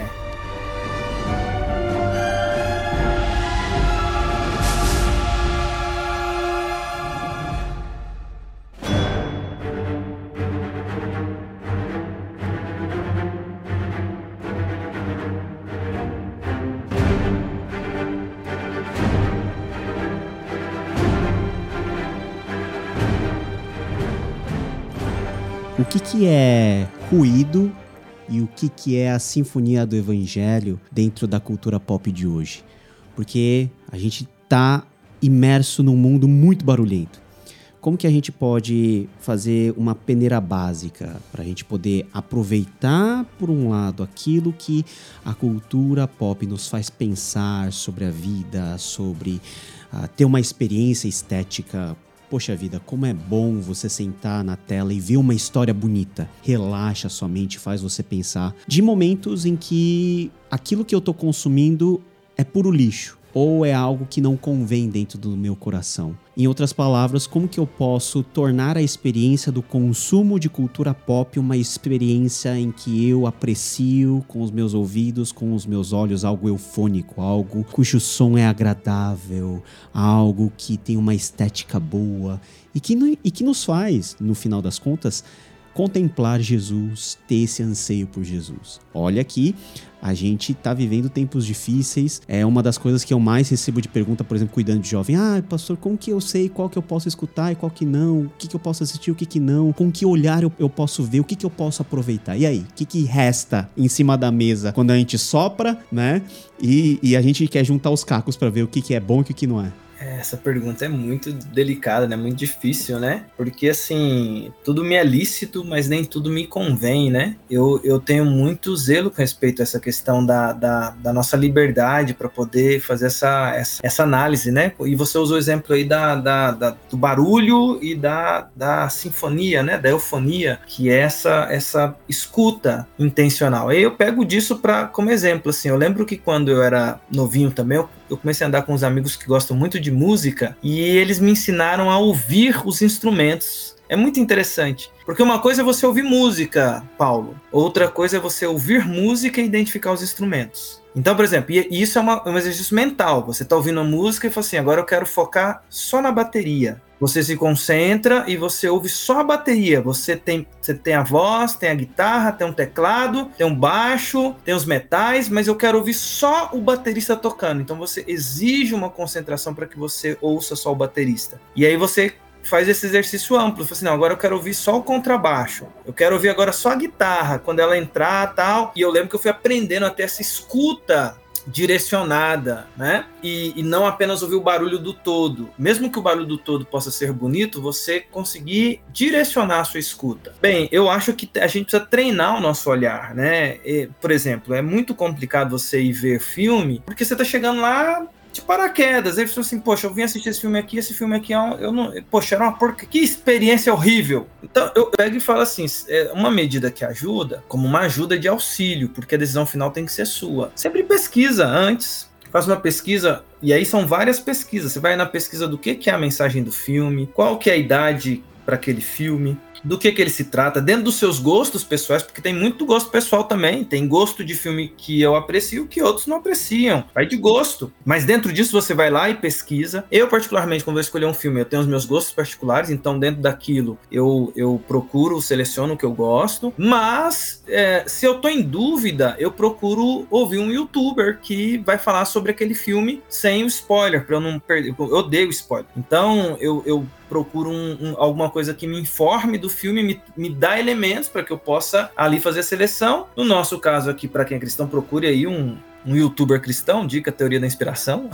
O que, que é ruído e o que, que é a sinfonia do evangelho dentro da cultura pop de hoje? Porque a gente está imerso num mundo muito barulhento. Como que a gente pode fazer uma peneira básica para a gente poder aproveitar, por um lado, aquilo que a cultura pop nos faz pensar sobre a vida, sobre uh, ter uma experiência estética. Poxa vida, como é bom você sentar na tela e ver uma história bonita. Relaxa sua mente, faz você pensar. De momentos em que aquilo que eu tô consumindo é puro lixo. Ou é algo que não convém dentro do meu coração. Em outras palavras, como que eu posso tornar a experiência do consumo de cultura pop uma experiência em que eu aprecio com os meus ouvidos, com os meus olhos, algo eufônico, algo cujo som é agradável, algo que tem uma estética boa e que, e que nos faz, no final das contas, contemplar Jesus, ter esse anseio por Jesus. Olha aqui, a gente está vivendo tempos difíceis. É uma das coisas que eu mais recebo de pergunta, por exemplo, cuidando de jovem. Ah, pastor, como que eu sei qual que eu posso escutar e qual que não? O que que eu posso assistir, o que que não? Com que olhar eu, eu posso ver? O que que eu posso aproveitar? E aí, o que que resta em cima da mesa quando a gente sopra, né? E, e a gente quer juntar os cacos para ver o que que é bom e o que que não é. Essa pergunta é muito delicada, né? Muito difícil, né? Porque, assim, tudo me é lícito, mas nem tudo me convém, né? Eu, eu tenho muito zelo com respeito a essa questão da, da, da nossa liberdade para poder fazer essa, essa, essa análise, né? E você usou o exemplo aí da, da, da, do barulho e da, da sinfonia, né? Da eufonia, que é essa, essa escuta intencional. Aí eu pego disso pra, como exemplo, assim. Eu lembro que quando eu era novinho também, eu eu comecei a andar com uns amigos que gostam muito de música e eles me ensinaram a ouvir os instrumentos. É muito interessante, porque uma coisa é você ouvir música, Paulo, outra coisa é você ouvir música e identificar os instrumentos. Então, por exemplo, e isso é uma, um exercício mental. Você está ouvindo a música e fala assim, agora eu quero focar só na bateria. Você se concentra e você ouve só a bateria. Você tem, você tem a voz, tem a guitarra, tem um teclado, tem um baixo, tem os metais, mas eu quero ouvir só o baterista tocando. Então você exige uma concentração para que você ouça só o baterista. E aí você faz esse exercício amplo. Fala assim, não, agora eu quero ouvir só o contrabaixo. Eu quero ouvir agora só a guitarra, quando ela entrar e tal. E eu lembro que eu fui aprendendo a ter essa escuta direcionada, né? E, e não apenas ouvir o barulho do todo. Mesmo que o barulho do todo possa ser bonito, você conseguir direcionar a sua escuta. Bem, eu acho que a gente precisa treinar o nosso olhar, né? E, por exemplo, é muito complicado você ir ver filme, porque você tá chegando lá de paraquedas, aí você fala assim, poxa, eu vim assistir esse filme aqui, esse filme aqui, eu não, poxa, era uma porca, que experiência horrível. Então, eu pego e falo assim, é uma medida que ajuda, como uma ajuda de auxílio, porque a decisão final tem que ser sua. Sempre pesquisa antes, faz uma pesquisa, e aí são várias pesquisas, você vai na pesquisa do que, que é a mensagem do filme, qual que é a idade para aquele filme, do que que ele se trata, dentro dos seus gostos pessoais, porque tem muito gosto pessoal também, tem gosto de filme que eu aprecio que outros não apreciam, vai de gosto, mas dentro disso você vai lá e pesquisa. Eu particularmente, quando vou escolher um filme, eu tenho os meus gostos particulares, então dentro daquilo eu, eu procuro, seleciono o que eu gosto, mas é, se eu tô em dúvida, eu procuro ouvir um youtuber que vai falar sobre aquele filme sem o spoiler, para eu não perder, eu odeio spoiler, então eu, eu procuro um, um, alguma coisa que me informe do filme, me, me dá elementos para que eu possa ali fazer a seleção. No nosso caso aqui, para quem é cristão, procure aí um, um youtuber cristão, dica Teoria da Inspiração.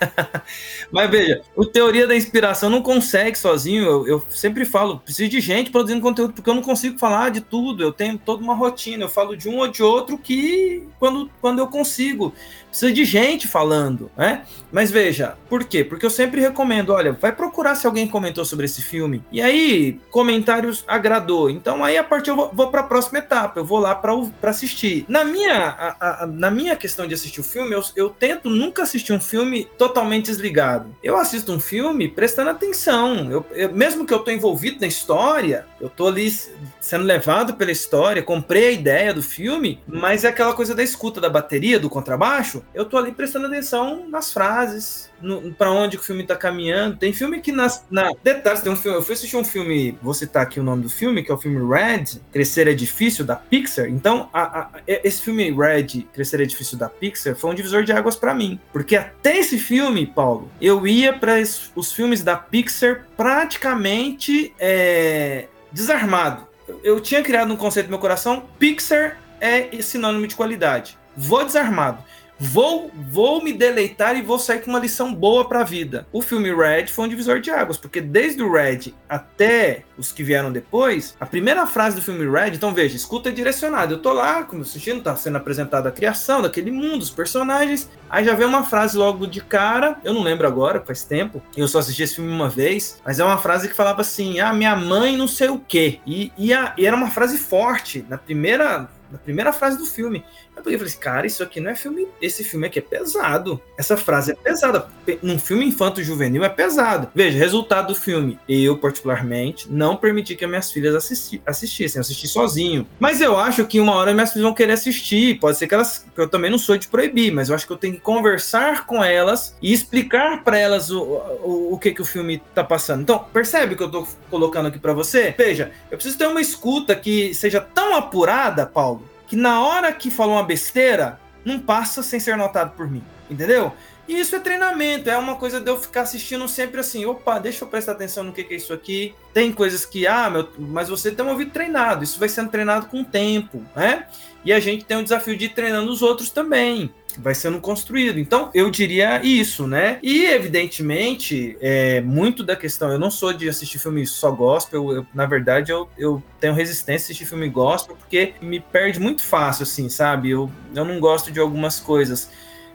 Mas veja, o Teoria da Inspiração não consegue sozinho, eu, eu sempre falo, preciso de gente produzindo conteúdo, porque eu não consigo falar de tudo, eu tenho toda uma rotina, eu falo de um ou de outro que quando, quando eu consigo, precisa de gente falando, né? Mas veja, por quê? Porque eu sempre recomendo, olha, vai procurar se alguém comentou sobre esse filme, e aí, comentários agradou, então aí a partir eu vou, vou para a próxima etapa, eu vou lá para assistir. Na minha, a, a, na minha questão de assistir o filme, eu, eu tento nunca assistir um filme totalmente desligado. Eu assisto um filme prestando atenção. Eu, eu, mesmo que eu estou envolvido na história, eu estou ali sendo levado pela história, comprei a ideia do filme, mas é aquela coisa da escuta da bateria, do contrabaixo, eu estou ali prestando atenção nas frases, para onde o filme está caminhando. Tem filme que nas, na detalhes, tem um filme, eu fui assistir um filme, vou citar aqui o nome do filme, que é o filme Red, Crescer é Difícil, da Pixar. Então, a, a, esse filme Red, Crescer é Difícil, da Pixar, foi um divisor de águas para mim, porque até esse filme, Paulo, eu ia para os filmes da Pixar praticamente é, desarmado. Eu, eu tinha criado um conceito no meu coração, Pixar é sinônimo de qualidade. Vou desarmado. Vou, vou me deleitar e vou sair com uma lição boa para a vida. O filme Red foi um divisor de águas, porque desde o Red até os que vieram depois, a primeira frase do filme Red, então veja, escuta direcionada. Eu tô lá, como assistindo, tá sendo apresentada a criação daquele mundo, os personagens, aí já vem uma frase logo de cara, eu não lembro agora, faz tempo, eu só assisti esse filme uma vez, mas é uma frase que falava assim, ah, minha mãe não sei o quê, e, e, a, e era uma frase forte, na primeira... na primeira frase do filme. Eu falei assim, cara, isso aqui não é filme, esse filme aqui é pesado. Essa frase é pesada. Num filme infanto-juvenil é pesado. Veja, resultado do filme. Eu, particularmente, não permiti que as minhas filhas assisti, assistissem. Eu assisti sozinho. Mas eu acho que uma hora minhas filhas vão querer assistir. Pode ser que elas... Eu também não sou de proibir, mas eu acho que eu tenho que conversar com elas e explicar para elas o, o, o que, que o filme tá passando. Então, percebe o que eu tô colocando aqui para você? Veja, eu preciso ter uma escuta que seja tão apurada, Paulo, que na hora que falou uma besteira, não passa sem ser notado por mim, entendeu? E isso é treinamento, é uma coisa de eu ficar assistindo sempre assim, opa, deixa eu prestar atenção no que, que é isso aqui. Tem coisas que, ah, meu, mas você tem um ouvido treinado, isso vai sendo treinado com o tempo, né? E a gente tem o desafio de ir treinando os outros também, vai sendo construído. Então, eu diria isso, né? E, evidentemente, é, muito da questão... Eu não sou de assistir filme só gospel. Eu, na verdade, eu, eu tenho resistência a assistir filme gospel, porque me perde muito fácil, assim, sabe? Eu, eu não gosto de algumas coisas.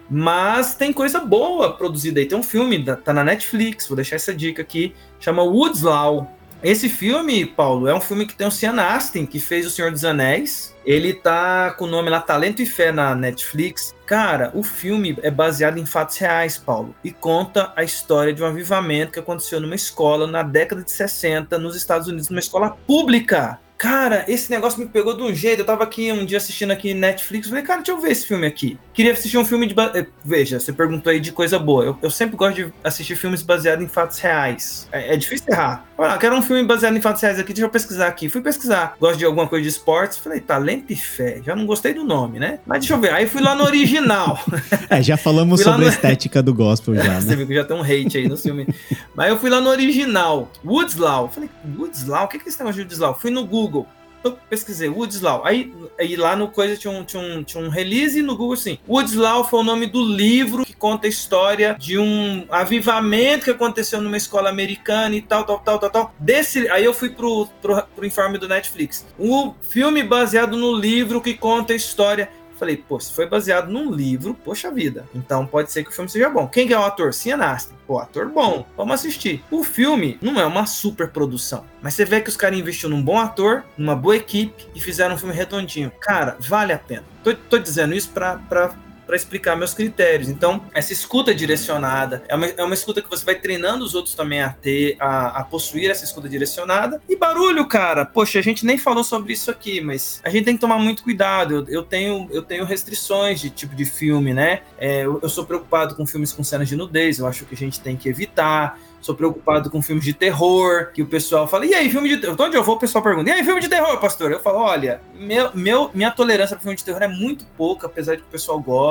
Mas tem coisa boa produzida aí. Tem um filme, tá na Netflix, vou deixar essa dica aqui, chama Woods Law. Esse filme, Paulo, é um filme que tem o Sean Astin, que fez O Senhor dos Anéis. Ele tá com o nome lá, Talento e Fé, na Netflix. Cara, o filme é baseado em fatos reais, Paulo, e conta a história de um avivamento que aconteceu numa escola na década de sessenta, nos Estados Unidos, numa escola pública. Cara, esse negócio me pegou de um jeito. Eu tava aqui um dia assistindo aqui Netflix, falei, cara, deixa eu ver esse filme aqui. Queria assistir um filme de... Ba... Veja, você perguntou aí de coisa boa. Eu, eu sempre gosto de assistir filmes baseados em fatos reais. É, é difícil errar. Olha, quero um filme baseado em fatos reais aqui, deixa eu pesquisar aqui. Fui pesquisar. Gosto de alguma coisa de esportes. Falei, Talento e Fé. Já não gostei do nome, né? Mas deixa eu ver. Aí fui lá no original. É, já falamos sobre no... a estética do gospel já, né? Você viu que já tem um hate aí no filme. Mas eu fui lá no original. Woods Law. Falei, Woods Law? O que é esse negócio de Woods Law? Fui no Google. Eu pesquisei Woods Law, aí, aí lá no coisa tinha um, tinha, um, tinha um release no Google assim, Woods Law foi o nome do livro que conta a história de um avivamento que aconteceu numa escola americana e tal, tal, tal, tal, tal. Desse, aí eu fui pro, pro, pro informe do Netflix, o filme baseado no livro que conta a história. Falei, pô, se foi baseado num livro, poxa vida, então pode ser que o filme seja bom. Quem que é o ator? Sean Astin. Pô, ator bom, vamos assistir. O filme não é uma super produção, mas você vê que os caras investiram num bom ator, numa boa equipe e fizeram um filme redondinho. Cara, vale a pena. Tô, tô dizendo isso pra... pra para explicar meus critérios. Então, essa escuta direcionada é uma, é uma escuta que você vai treinando os outros também a ter, a, a possuir essa escuta direcionada. E barulho, cara, poxa, a gente nem falou sobre isso aqui, mas a gente tem que tomar muito cuidado. Eu, eu, tenho, eu tenho restrições de tipo de filme, né? É, eu, eu sou preocupado com filmes com cenas de nudez, eu acho que a gente tem que evitar. Sou preocupado com filmes de terror, que o pessoal fala, e aí, filme de terror? Onde eu vou, o pessoal pergunta, e aí, filme de terror, pastor? Eu falo, olha, meu, meu, minha tolerância para filme de terror é muito pouca, apesar de que o pessoal gosta.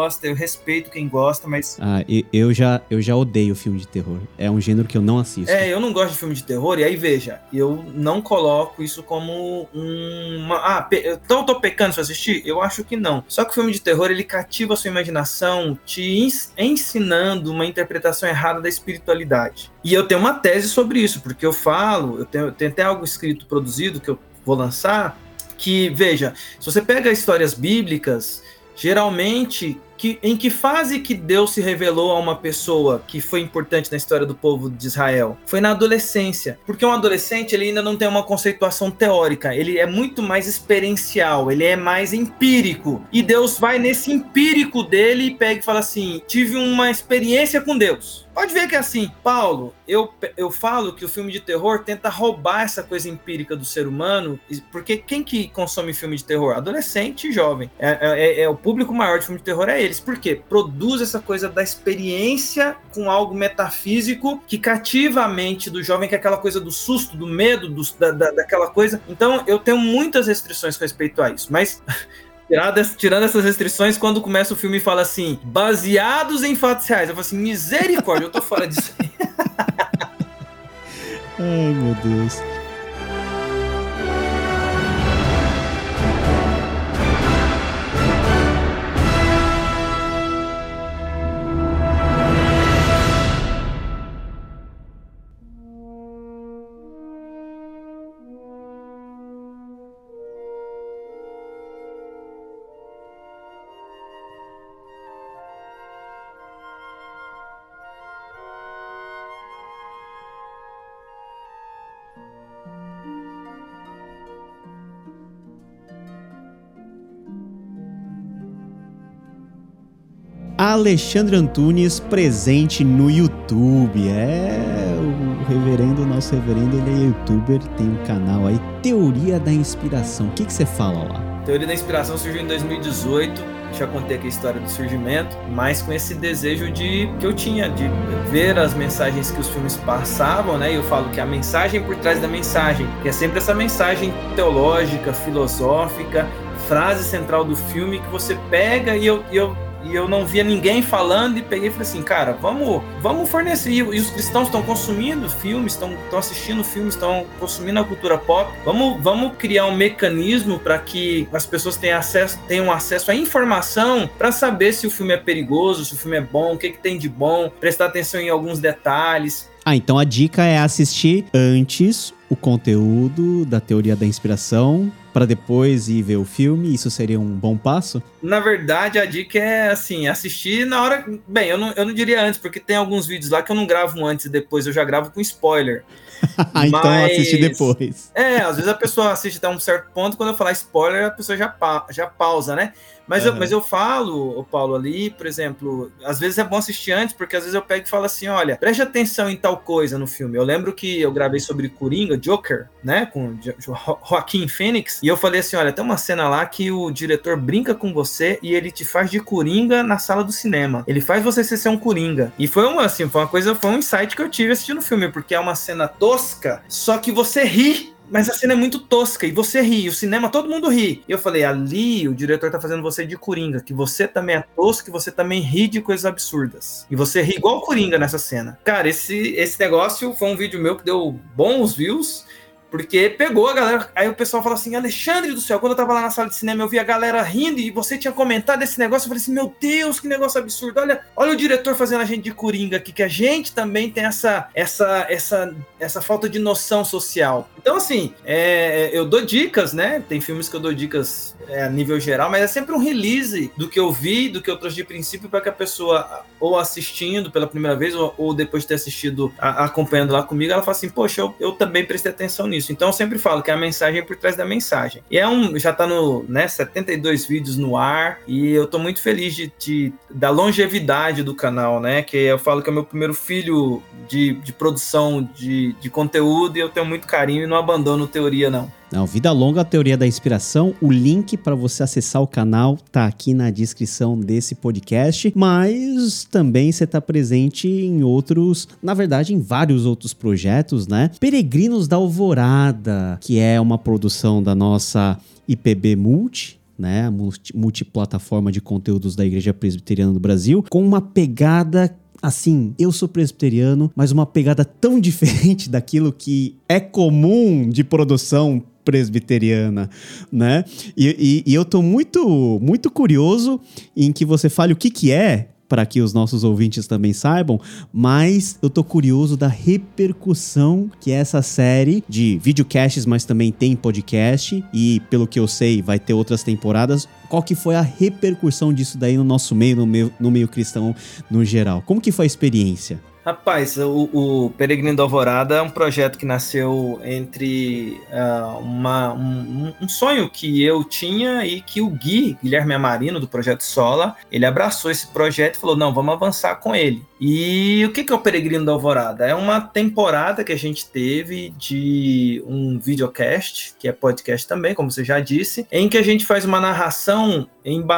gosta, eu respeito quem gosta, mas... Ah, eu já, eu já odeio filme de terror. É um gênero que eu não assisto. É, eu não gosto de filme de terror, e aí veja, eu não coloco isso como uma... Ah, pe... então eu tô pecando se eu assistir? Eu acho que não. Só que o filme de terror, ele cativa a sua imaginação, te ensinando uma interpretação errada da espiritualidade. E eu tenho uma tese sobre isso, porque eu falo, eu tenho, eu tenho até algo escrito, produzido, que eu vou lançar, que, veja, se você pega histórias bíblicas, geralmente, que, em que fase que Deus se revelou a uma pessoa que foi importante na história do povo de Israel? Foi na adolescência, porque um adolescente ele ainda não tem uma conceituação teórica, ele é muito mais experiencial, ele é mais empírico, e Deus vai nesse empírico dele e pega e fala assim, tive uma experiência com Deus. Pode ver que é assim, Paulo, eu, eu falo que o filme de terror tenta roubar essa coisa empírica do ser humano, porque quem que consome filme de terror? Adolescente e jovem. É, é, é, o público maior de filme de terror é eles. Por quê? Produz essa coisa da experiência com algo metafísico que cativa a mente do jovem, que é aquela coisa do susto, do medo, do, da, da, daquela coisa. Então, eu tenho muitas restrições com respeito a isso, mas... Tirando essas restrições, quando começa o filme e fala assim, baseados em fatos reais, eu falo assim, misericórdia, eu tô fora disso aí. Ai, meu Deus. Alexandre Antunes presente no YouTube. É, o reverendo, o nosso reverendo, ele é youtuber, tem um canal aí, Teoria da Inspiração. O que que você fala lá? Teoria da Inspiração surgiu em dois mil e dezoito, já contei aqui a história do surgimento, mas com esse desejo de que eu tinha de ver as mensagens que os filmes passavam, né? E eu falo que a mensagem por trás da mensagem, que é sempre essa mensagem teológica, filosófica, frase central do filme que você pega e eu, e eu E eu não via ninguém falando e peguei e falei assim, cara, vamos, vamos fornecer. E os cristãos estão consumindo filmes, estão assistindo filmes, estão consumindo a cultura pop. Vamos, vamos criar um mecanismo para que as pessoas tenham acesso, tenham acesso à informação para saber se o filme é perigoso, se o filme é bom, o que, que tem de bom, prestar atenção em alguns detalhes. Ah, então a dica é assistir antes o conteúdo da Teoria da Inspiração para depois ir ver o filme. Isso seria um bom passo? Na verdade, a dica é, assim, assistir na hora... Bem, eu não, eu não diria antes, porque tem alguns vídeos lá que eu não gravo antes e depois, eu já gravo com spoiler. Então Mas... assiste depois. É, às vezes a pessoa assiste até um certo ponto, quando eu falar spoiler, a pessoa já, pa... já pausa, né? Mas, uhum. eu, mas eu falo, o Paulo, ali, por exemplo, às vezes é bom assistir antes, porque às vezes eu pego e falo assim, olha, preste atenção em tal coisa no filme. Eu lembro que eu gravei sobre Coringa, Joker, né, com Joaquin Phoenix, e eu falei assim, olha, tem uma cena lá que o diretor brinca com você e ele te faz de Coringa na sala do cinema. Ele faz você ser um Coringa. E foi uma, assim, foi uma coisa, foi um insight que eu tive assistindo o filme, porque é uma cena tosca, só que você ri. Mas a cena é muito tosca e você ri, o cinema todo mundo ri. E eu falei, ali o diretor tá fazendo você de Coringa, que você também é tosco, que você também ri de coisas absurdas. E você ri igual o Coringa nessa cena. Cara, esse, esse negócio foi um vídeo meu que deu bons views, porque pegou a galera. Aí o pessoal fala assim, Alexandre do céu, quando eu tava lá na sala de cinema, eu vi a galera rindo e você tinha comentado esse negócio. Eu falei assim, meu Deus, que negócio absurdo. Olha, olha o diretor fazendo a gente de Coringa aqui, que a gente também tem essa, essa, essa, essa falta de noção social. Então, assim, é, eu dou dicas, né? Tem filmes que eu dou dicas é, a nível geral, mas é sempre um release do que eu vi, do que eu trouxe de princípio, para que a pessoa, ou assistindo pela primeira vez, ou, ou depois de ter assistido, a, acompanhando lá comigo, ela fala assim, poxa, eu, eu também prestei atenção nisso. Então eu sempre falo que é a mensagem por trás da mensagem. E é um, já tá no, né, setenta e dois vídeos no ar, e eu tô muito feliz de, de, da longevidade do canal, né, que eu falo que é o meu primeiro filho de, de produção de, de conteúdo, e eu tenho muito carinho e não abandono teoria, não. Não, vida longa, a Teoria da Inspiração. O link para você acessar o canal tá aqui na descrição desse podcast, mas também você tá presente em outros, na verdade em vários outros projetos, né? Peregrinos da Alvorada, que é uma produção da nossa I P B Multi, né, a multi- multiplataforma de conteúdos da Igreja Presbiteriana do Brasil, com uma pegada, assim, eu sou presbiteriano, mas uma pegada tão diferente daquilo que é comum de produção presbiteriana, né? E, e, e eu tô muito, muito curioso em que você fale o que que é, para que os nossos ouvintes também saibam, mas eu tô curioso da repercussão que essa série de videocasts, mas também tem podcast, e pelo que eu sei, vai ter outras temporadas. Qual que foi a repercussão disso daí no nosso meio, no meio, no meio cristão no geral? Como que foi a experiência? Rapaz, o, o Peregrino da Alvorada é um projeto que nasceu entre uh, uma, um, um sonho que eu tinha e que o Gui, Guilherme Amarino, do Projeto Sola, ele abraçou esse projeto e falou, não, vamos avançar com ele. E o que, que é o Peregrino da Alvorada? É uma temporada que a gente teve de um videocast, que é podcast também, como você já disse, em que a gente faz uma narração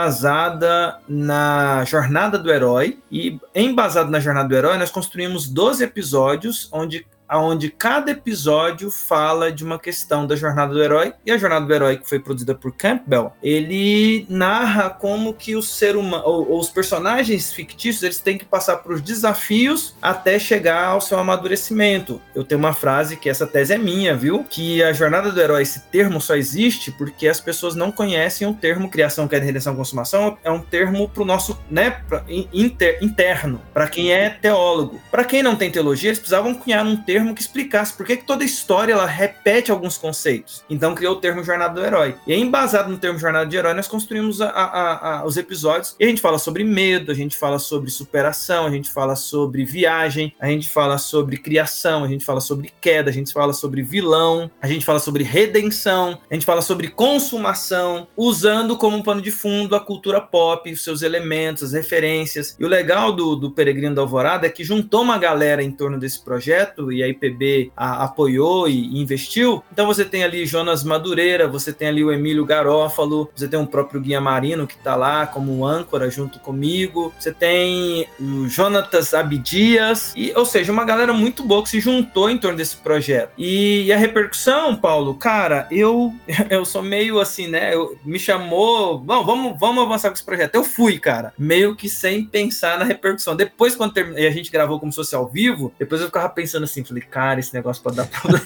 embasada na jornada do herói. E embasado na jornada do herói, nós construímos doze episódios, onde onde cada episódio fala de uma questão da jornada do herói, e a jornada do herói, que foi produzida por Campbell, ele narra como que o ser humano, ou, ou os personagens fictícios, eles têm que passar por desafios até chegar ao seu amadurecimento. Eu tenho uma frase que essa tese é minha, viu? Que a jornada do herói, esse termo só existe porque as pessoas não conhecem o termo criação, queda, redenção, consumação, é um termo pro nosso, né, pra, inter, interno, para quem é teólogo. Para quem não tem teologia, eles precisavam cunhar um termo que explicasse por que toda história ela repete alguns conceitos. Então criou o termo jornada do herói. E aí, embasado no termo jornada de herói, nós construímos a, a, a, os episódios, e a gente fala sobre medo, a gente fala sobre superação, a gente fala sobre viagem, a gente fala sobre criação, a gente fala sobre queda, a gente fala sobre vilão, a gente fala sobre redenção, a gente fala sobre consumação, usando como um pano de fundo a cultura pop, os seus elementos, as referências. E o legal do, do Peregrino da Alvorada é que juntou uma galera em torno desse projeto, e a I P B a, apoiou e, e investiu. Então você tem ali Jonas Madureira, você tem ali o Emílio Garófalo, você tem o próprio Guia Marino que está lá como âncora junto comigo, você tem o Jonatas Abdias, e, ou seja, uma galera muito boa que se juntou em torno desse projeto. E, e a repercussão, Paulo, cara, eu, eu sou meio assim, né, eu, me chamou, bom, vamos, vamos avançar com esse projeto. Eu fui, cara, meio que sem pensar na repercussão. Depois, quando terminei, a gente gravou como se fosse ao vivo, depois eu ficava pensando assim, falei, cara, esse negócio pode dar problema.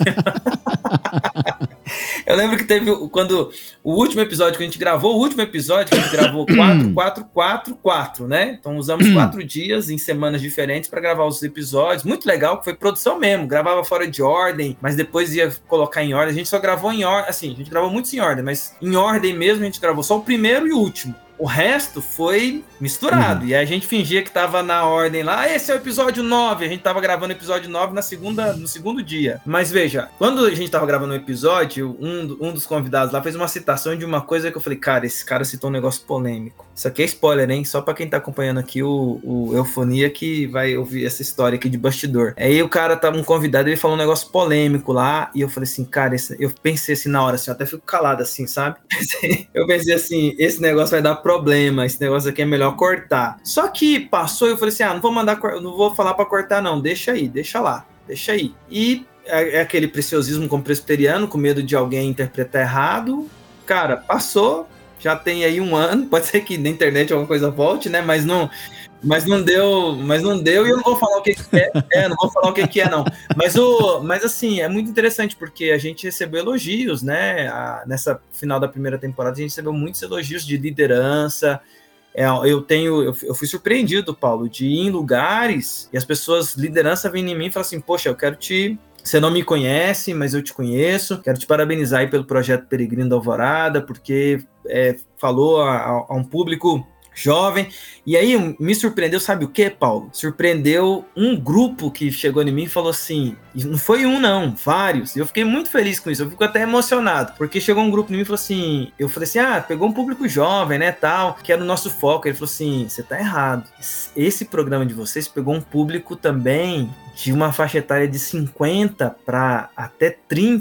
Eu lembro que teve, quando o último episódio que a gente gravou, o último episódio que a gente gravou quatro, quatro, quatro, quatro, né? Então usamos quatro dias em semanas diferentes para gravar os episódios. Muito legal, que foi produção mesmo. Gravava fora de ordem, mas depois ia colocar em ordem. A gente só gravou em ordem, assim, a gente gravou muitos em ordem, mas em ordem mesmo a gente gravou só o primeiro e o último. O resto foi misturado. Uhum. E aí a gente fingia que tava na ordem lá. Esse é o episódio nove. A gente tava gravando o episódio nove na segunda, no segundo dia. Mas veja, quando a gente tava gravando o episódio, um, um dos convidados lá fez uma citação de uma coisa que eu falei, cara, esse cara citou um negócio polêmico. Isso aqui é spoiler, hein? Só pra quem tá acompanhando aqui o, o Eufonia que vai ouvir essa história aqui de bastidor. Aí o cara tava, um convidado, ele falou um negócio polêmico lá. E eu falei assim, cara, esse, eu pensei assim na hora, assim, eu até fico calado assim, sabe? Eu pensei assim, esse negócio vai dar problema, esse negócio aqui é melhor cortar. Só que passou e eu falei assim, ah, não vou mandar, não vou falar pra cortar não, deixa aí, deixa lá, deixa aí. E é aquele preciosismo como presbiteriano, com medo de alguém interpretar errado. Cara, passou, já tem aí um ano, pode ser que na internet alguma coisa volte, né, mas não... Mas não deu, mas não deu, e eu não vou falar o que, que é, é, não vou falar o que, que é, não. Mas, o, mas assim, é muito interessante, porque a gente recebeu elogios, né? A, nessa final da primeira temporada, a gente recebeu muitos elogios de liderança. É, eu tenho, eu, eu fui surpreendido, Paulo, de ir em lugares e as pessoas, liderança, vêm em mim e falam assim, poxa, eu quero te... Você não me conhece, mas eu te conheço. Quero te parabenizar aí pelo projeto Peregrino da Alvorada, porque é, falou a, a um público jovem. E aí me surpreendeu, sabe o que, Paulo? Surpreendeu um grupo que chegou em mim e falou assim, e não foi um não, vários, e eu fiquei muito feliz com isso, eu fico até emocionado, porque chegou um grupo em mim e falou assim, eu falei assim, ah, pegou um público jovem, né, tal, que era o nosso foco. Ele falou assim, você tá errado, esse programa de vocês pegou um público também de uma faixa etária de cinquenta para até trinta,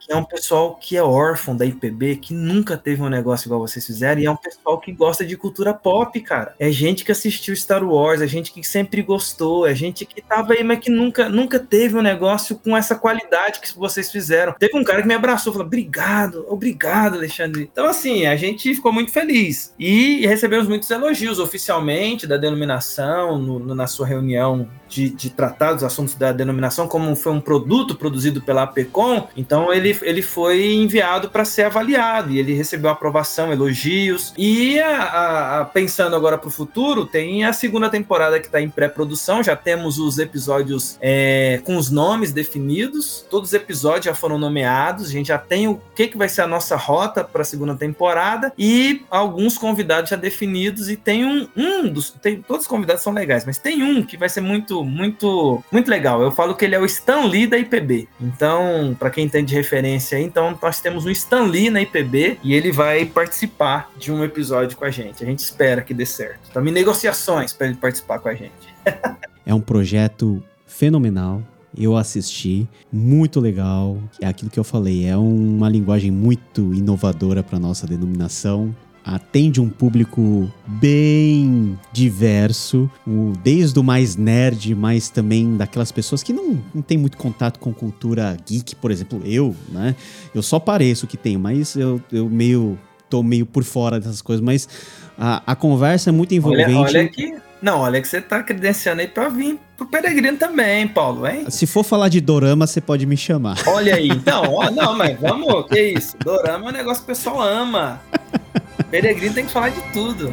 é um pessoal que é órfão da I P B, que nunca teve um negócio igual vocês fizeram, e é um pessoal que gosta de cultura pop, cara. É gente que assistiu Star Wars, é gente que sempre gostou, é gente que tava aí, mas que nunca, nunca teve um negócio com essa qualidade que vocês fizeram. Teve um cara que me abraçou, falou, obrigado, obrigado, Alexandre. Então, assim, a gente ficou muito feliz. E recebemos muitos elogios oficialmente da denominação, no, no, na sua reunião de, de tratar dos assuntos da denominação, como foi um produto produzido pela APCOM, então ele, ele foi enviado para ser avaliado, e ele recebeu aprovação, elogios, e a, a, a, pensando agora para o futuro, tem a segunda temporada que está em pré-produção, já temos os episódios é, com os nomes definidos, todos os episódios já foram nomeados, a gente já tem o que, que vai ser a nossa rota para a segunda temporada, e alguns convidados já definidos, e tem um, um dos, tem, todos os convidados são legais, mas tem um que vai ser muito, muito, muito legal. Eu falo que ele é o Stan Lee da I P B. Então, para quem tem de referência aí, então nós temos um Stan Lee na I P B e ele vai participar de um episódio com a gente. A gente espera que dê certo. Estamos em negociações para ele participar com a gente. É um projeto fenomenal. Eu assisti, muito legal. É aquilo que eu falei, é uma linguagem muito inovadora para nossa denominação. Atende um público bem diverso, desde o mais nerd, mas também daquelas pessoas que não, não tem muito contato com cultura geek, por exemplo, eu, né? Eu só pareço que tenho, mas eu, eu meio, tô meio por fora dessas coisas, mas a, a conversa é muito envolvente. Olha, olha que... Não, olha que você tá credenciando aí pra vir pro Peregrino também, Paulo, hein? Se for falar de dorama, você pode me chamar. Olha aí, então, ó, não, mas vamos, que isso? Dorama é um negócio que o pessoal ama. Peregrino tem que falar de tudo.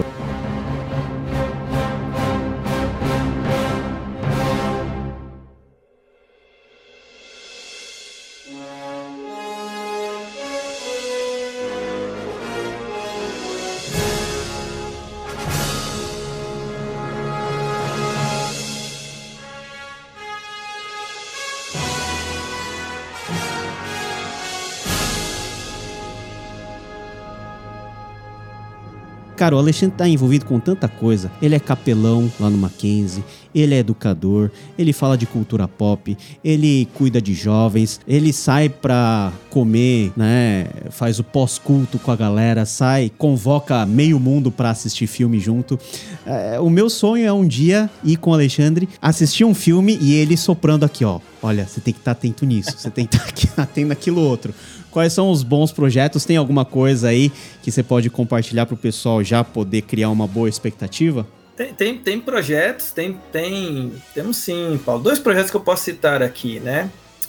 Cara, o Alexandre tá envolvido com tanta coisa. Ele é capelão lá no Mackenzie, ele é educador, ele fala de cultura pop, ele cuida de jovens, ele sai pra comer, né? Faz o pós-culto com a galera, sai, convoca meio mundo pra assistir filme junto. É, o meu sonho é um dia ir com o Alexandre, assistir um filme e ele soprando aqui, ó. Olha, você tem que estar atento nisso, você tem que estar atento naquilo outro. Quais são os bons projetos? Tem alguma coisa aí que você pode compartilhar para o pessoal já poder criar uma boa expectativa? Tem, tem, tem projetos, tem, tem, temos sim, Paulo. Dois projetos que eu posso citar aqui, né?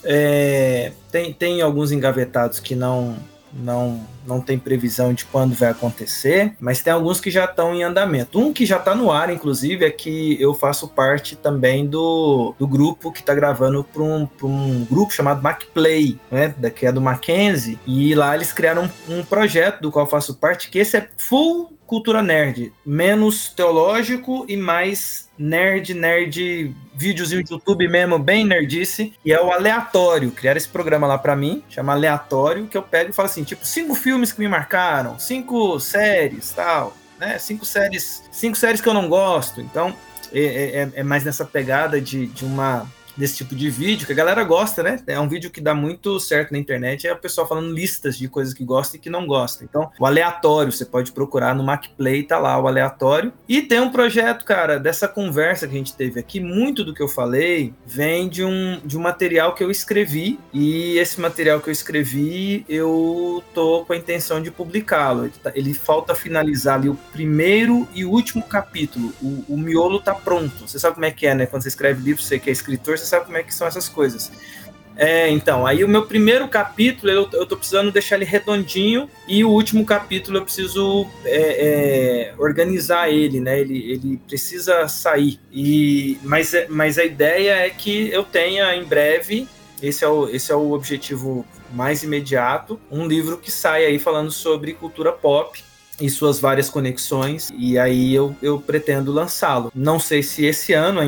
É, tem, tem alguns engavetados que não, não, não tem previsão de quando vai acontecer, mas tem alguns que já estão em andamento. Um que já está no ar, inclusive, é que eu faço parte também do, do grupo que está gravando para um, um grupo chamado MacPlay, né, que é do Mackenzie, e lá eles criaram um, um projeto do qual eu faço parte, que esse é full cultura nerd, menos teológico e mais nerd, nerd, vídeos no YouTube mesmo, bem nerdice, e é o Aleatório. Criaram esse programa lá pra mim, chama Aleatório, que eu pego e falo assim, tipo, cinco filmes que me marcaram, cinco séries, tal, né, cinco séries, cinco séries que eu não gosto. Então, é, é, é mais nessa pegada de, de uma... desse tipo de vídeo, que a galera gosta, né? É um vídeo que dá muito certo na internet, é o pessoal falando listas de coisas que gosta e que não gosta. Então, o Aleatório, você pode procurar no MacPlay, tá lá o Aleatório. E tem um projeto, cara, dessa conversa que a gente teve aqui, muito do que eu falei vem de um, de um material que eu escrevi, e esse material que eu escrevi, eu tô com a intenção de publicá-lo. Ele, tá, ele falta finalizar ali o primeiro e último capítulo. O, o miolo tá pronto. Você sabe como é que é, né? Quando você escreve livro, você que é escritor, você sabe como é que são essas coisas. É, então, aí o meu primeiro capítulo, eu, eu tô precisando deixar ele redondinho, e o último capítulo eu preciso é, é, organizar ele, né? Ele, ele precisa sair. E, mas, mas a ideia é que eu tenha em breve, esse é o, esse é o objetivo mais imediato, um livro que saia aí falando sobre cultura pop e suas várias conexões, e aí eu, eu pretendo lançá-lo. Não sei se esse ano ainda,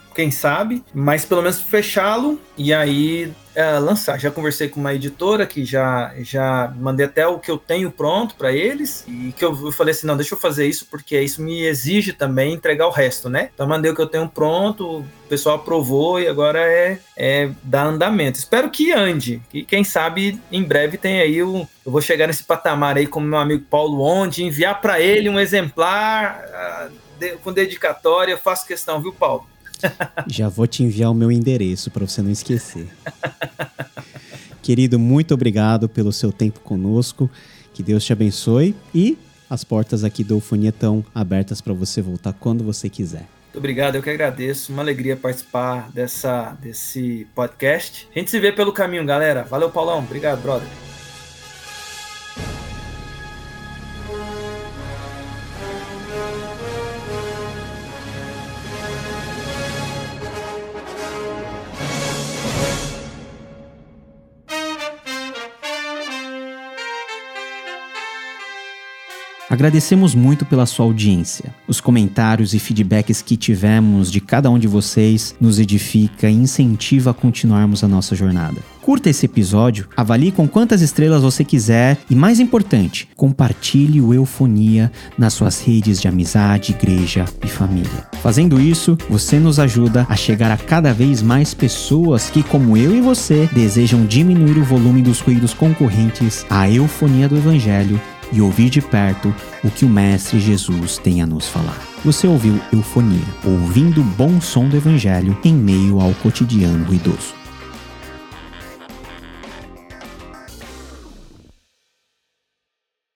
quem sabe, mas pelo menos fechá-lo e aí é, lançar. Já conversei com uma editora que já, já mandei até o que eu tenho pronto para eles e que eu, eu falei assim, não, deixa eu fazer isso porque isso me exige também entregar o resto, né? Então mandei o que eu tenho pronto, o pessoal aprovou e agora é, é dar andamento. Espero que ande, e quem sabe em breve tem aí o... Eu vou chegar nesse patamar aí como meu amigo Paulo Onde, enviar para ele um exemplar uh, de, com dedicatória, eu faço questão, viu, Paulo? Já vou te enviar o meu endereço para você não esquecer. Querido, muito obrigado pelo seu tempo conosco. Que Deus te abençoe. E as portas aqui do Eufonia estão abertas para você voltar quando você quiser. Muito obrigado, eu que agradeço. Uma alegria participar dessa, desse podcast. A gente se vê pelo caminho, galera. Valeu, Paulão. Obrigado, brother. Agradecemos muito pela sua audiência. Os comentários e feedbacks que tivemos de cada um de vocês nos edifica e incentiva a continuarmos a nossa jornada. Curta esse episódio, avalie com quantas estrelas você quiser e, mais importante, compartilhe o Eufonia nas suas redes de amizade, igreja e família. Fazendo isso, você nos ajuda a chegar a cada vez mais pessoas que, como eu e você, desejam diminuir o volume dos ruídos concorrentes à eufonia do Evangelho e ouvir de perto o que o Mestre Jesus tem a nos falar. Você ouviu Eufonia, ouvindo o bom som do Evangelho em meio ao cotidiano ruidoso.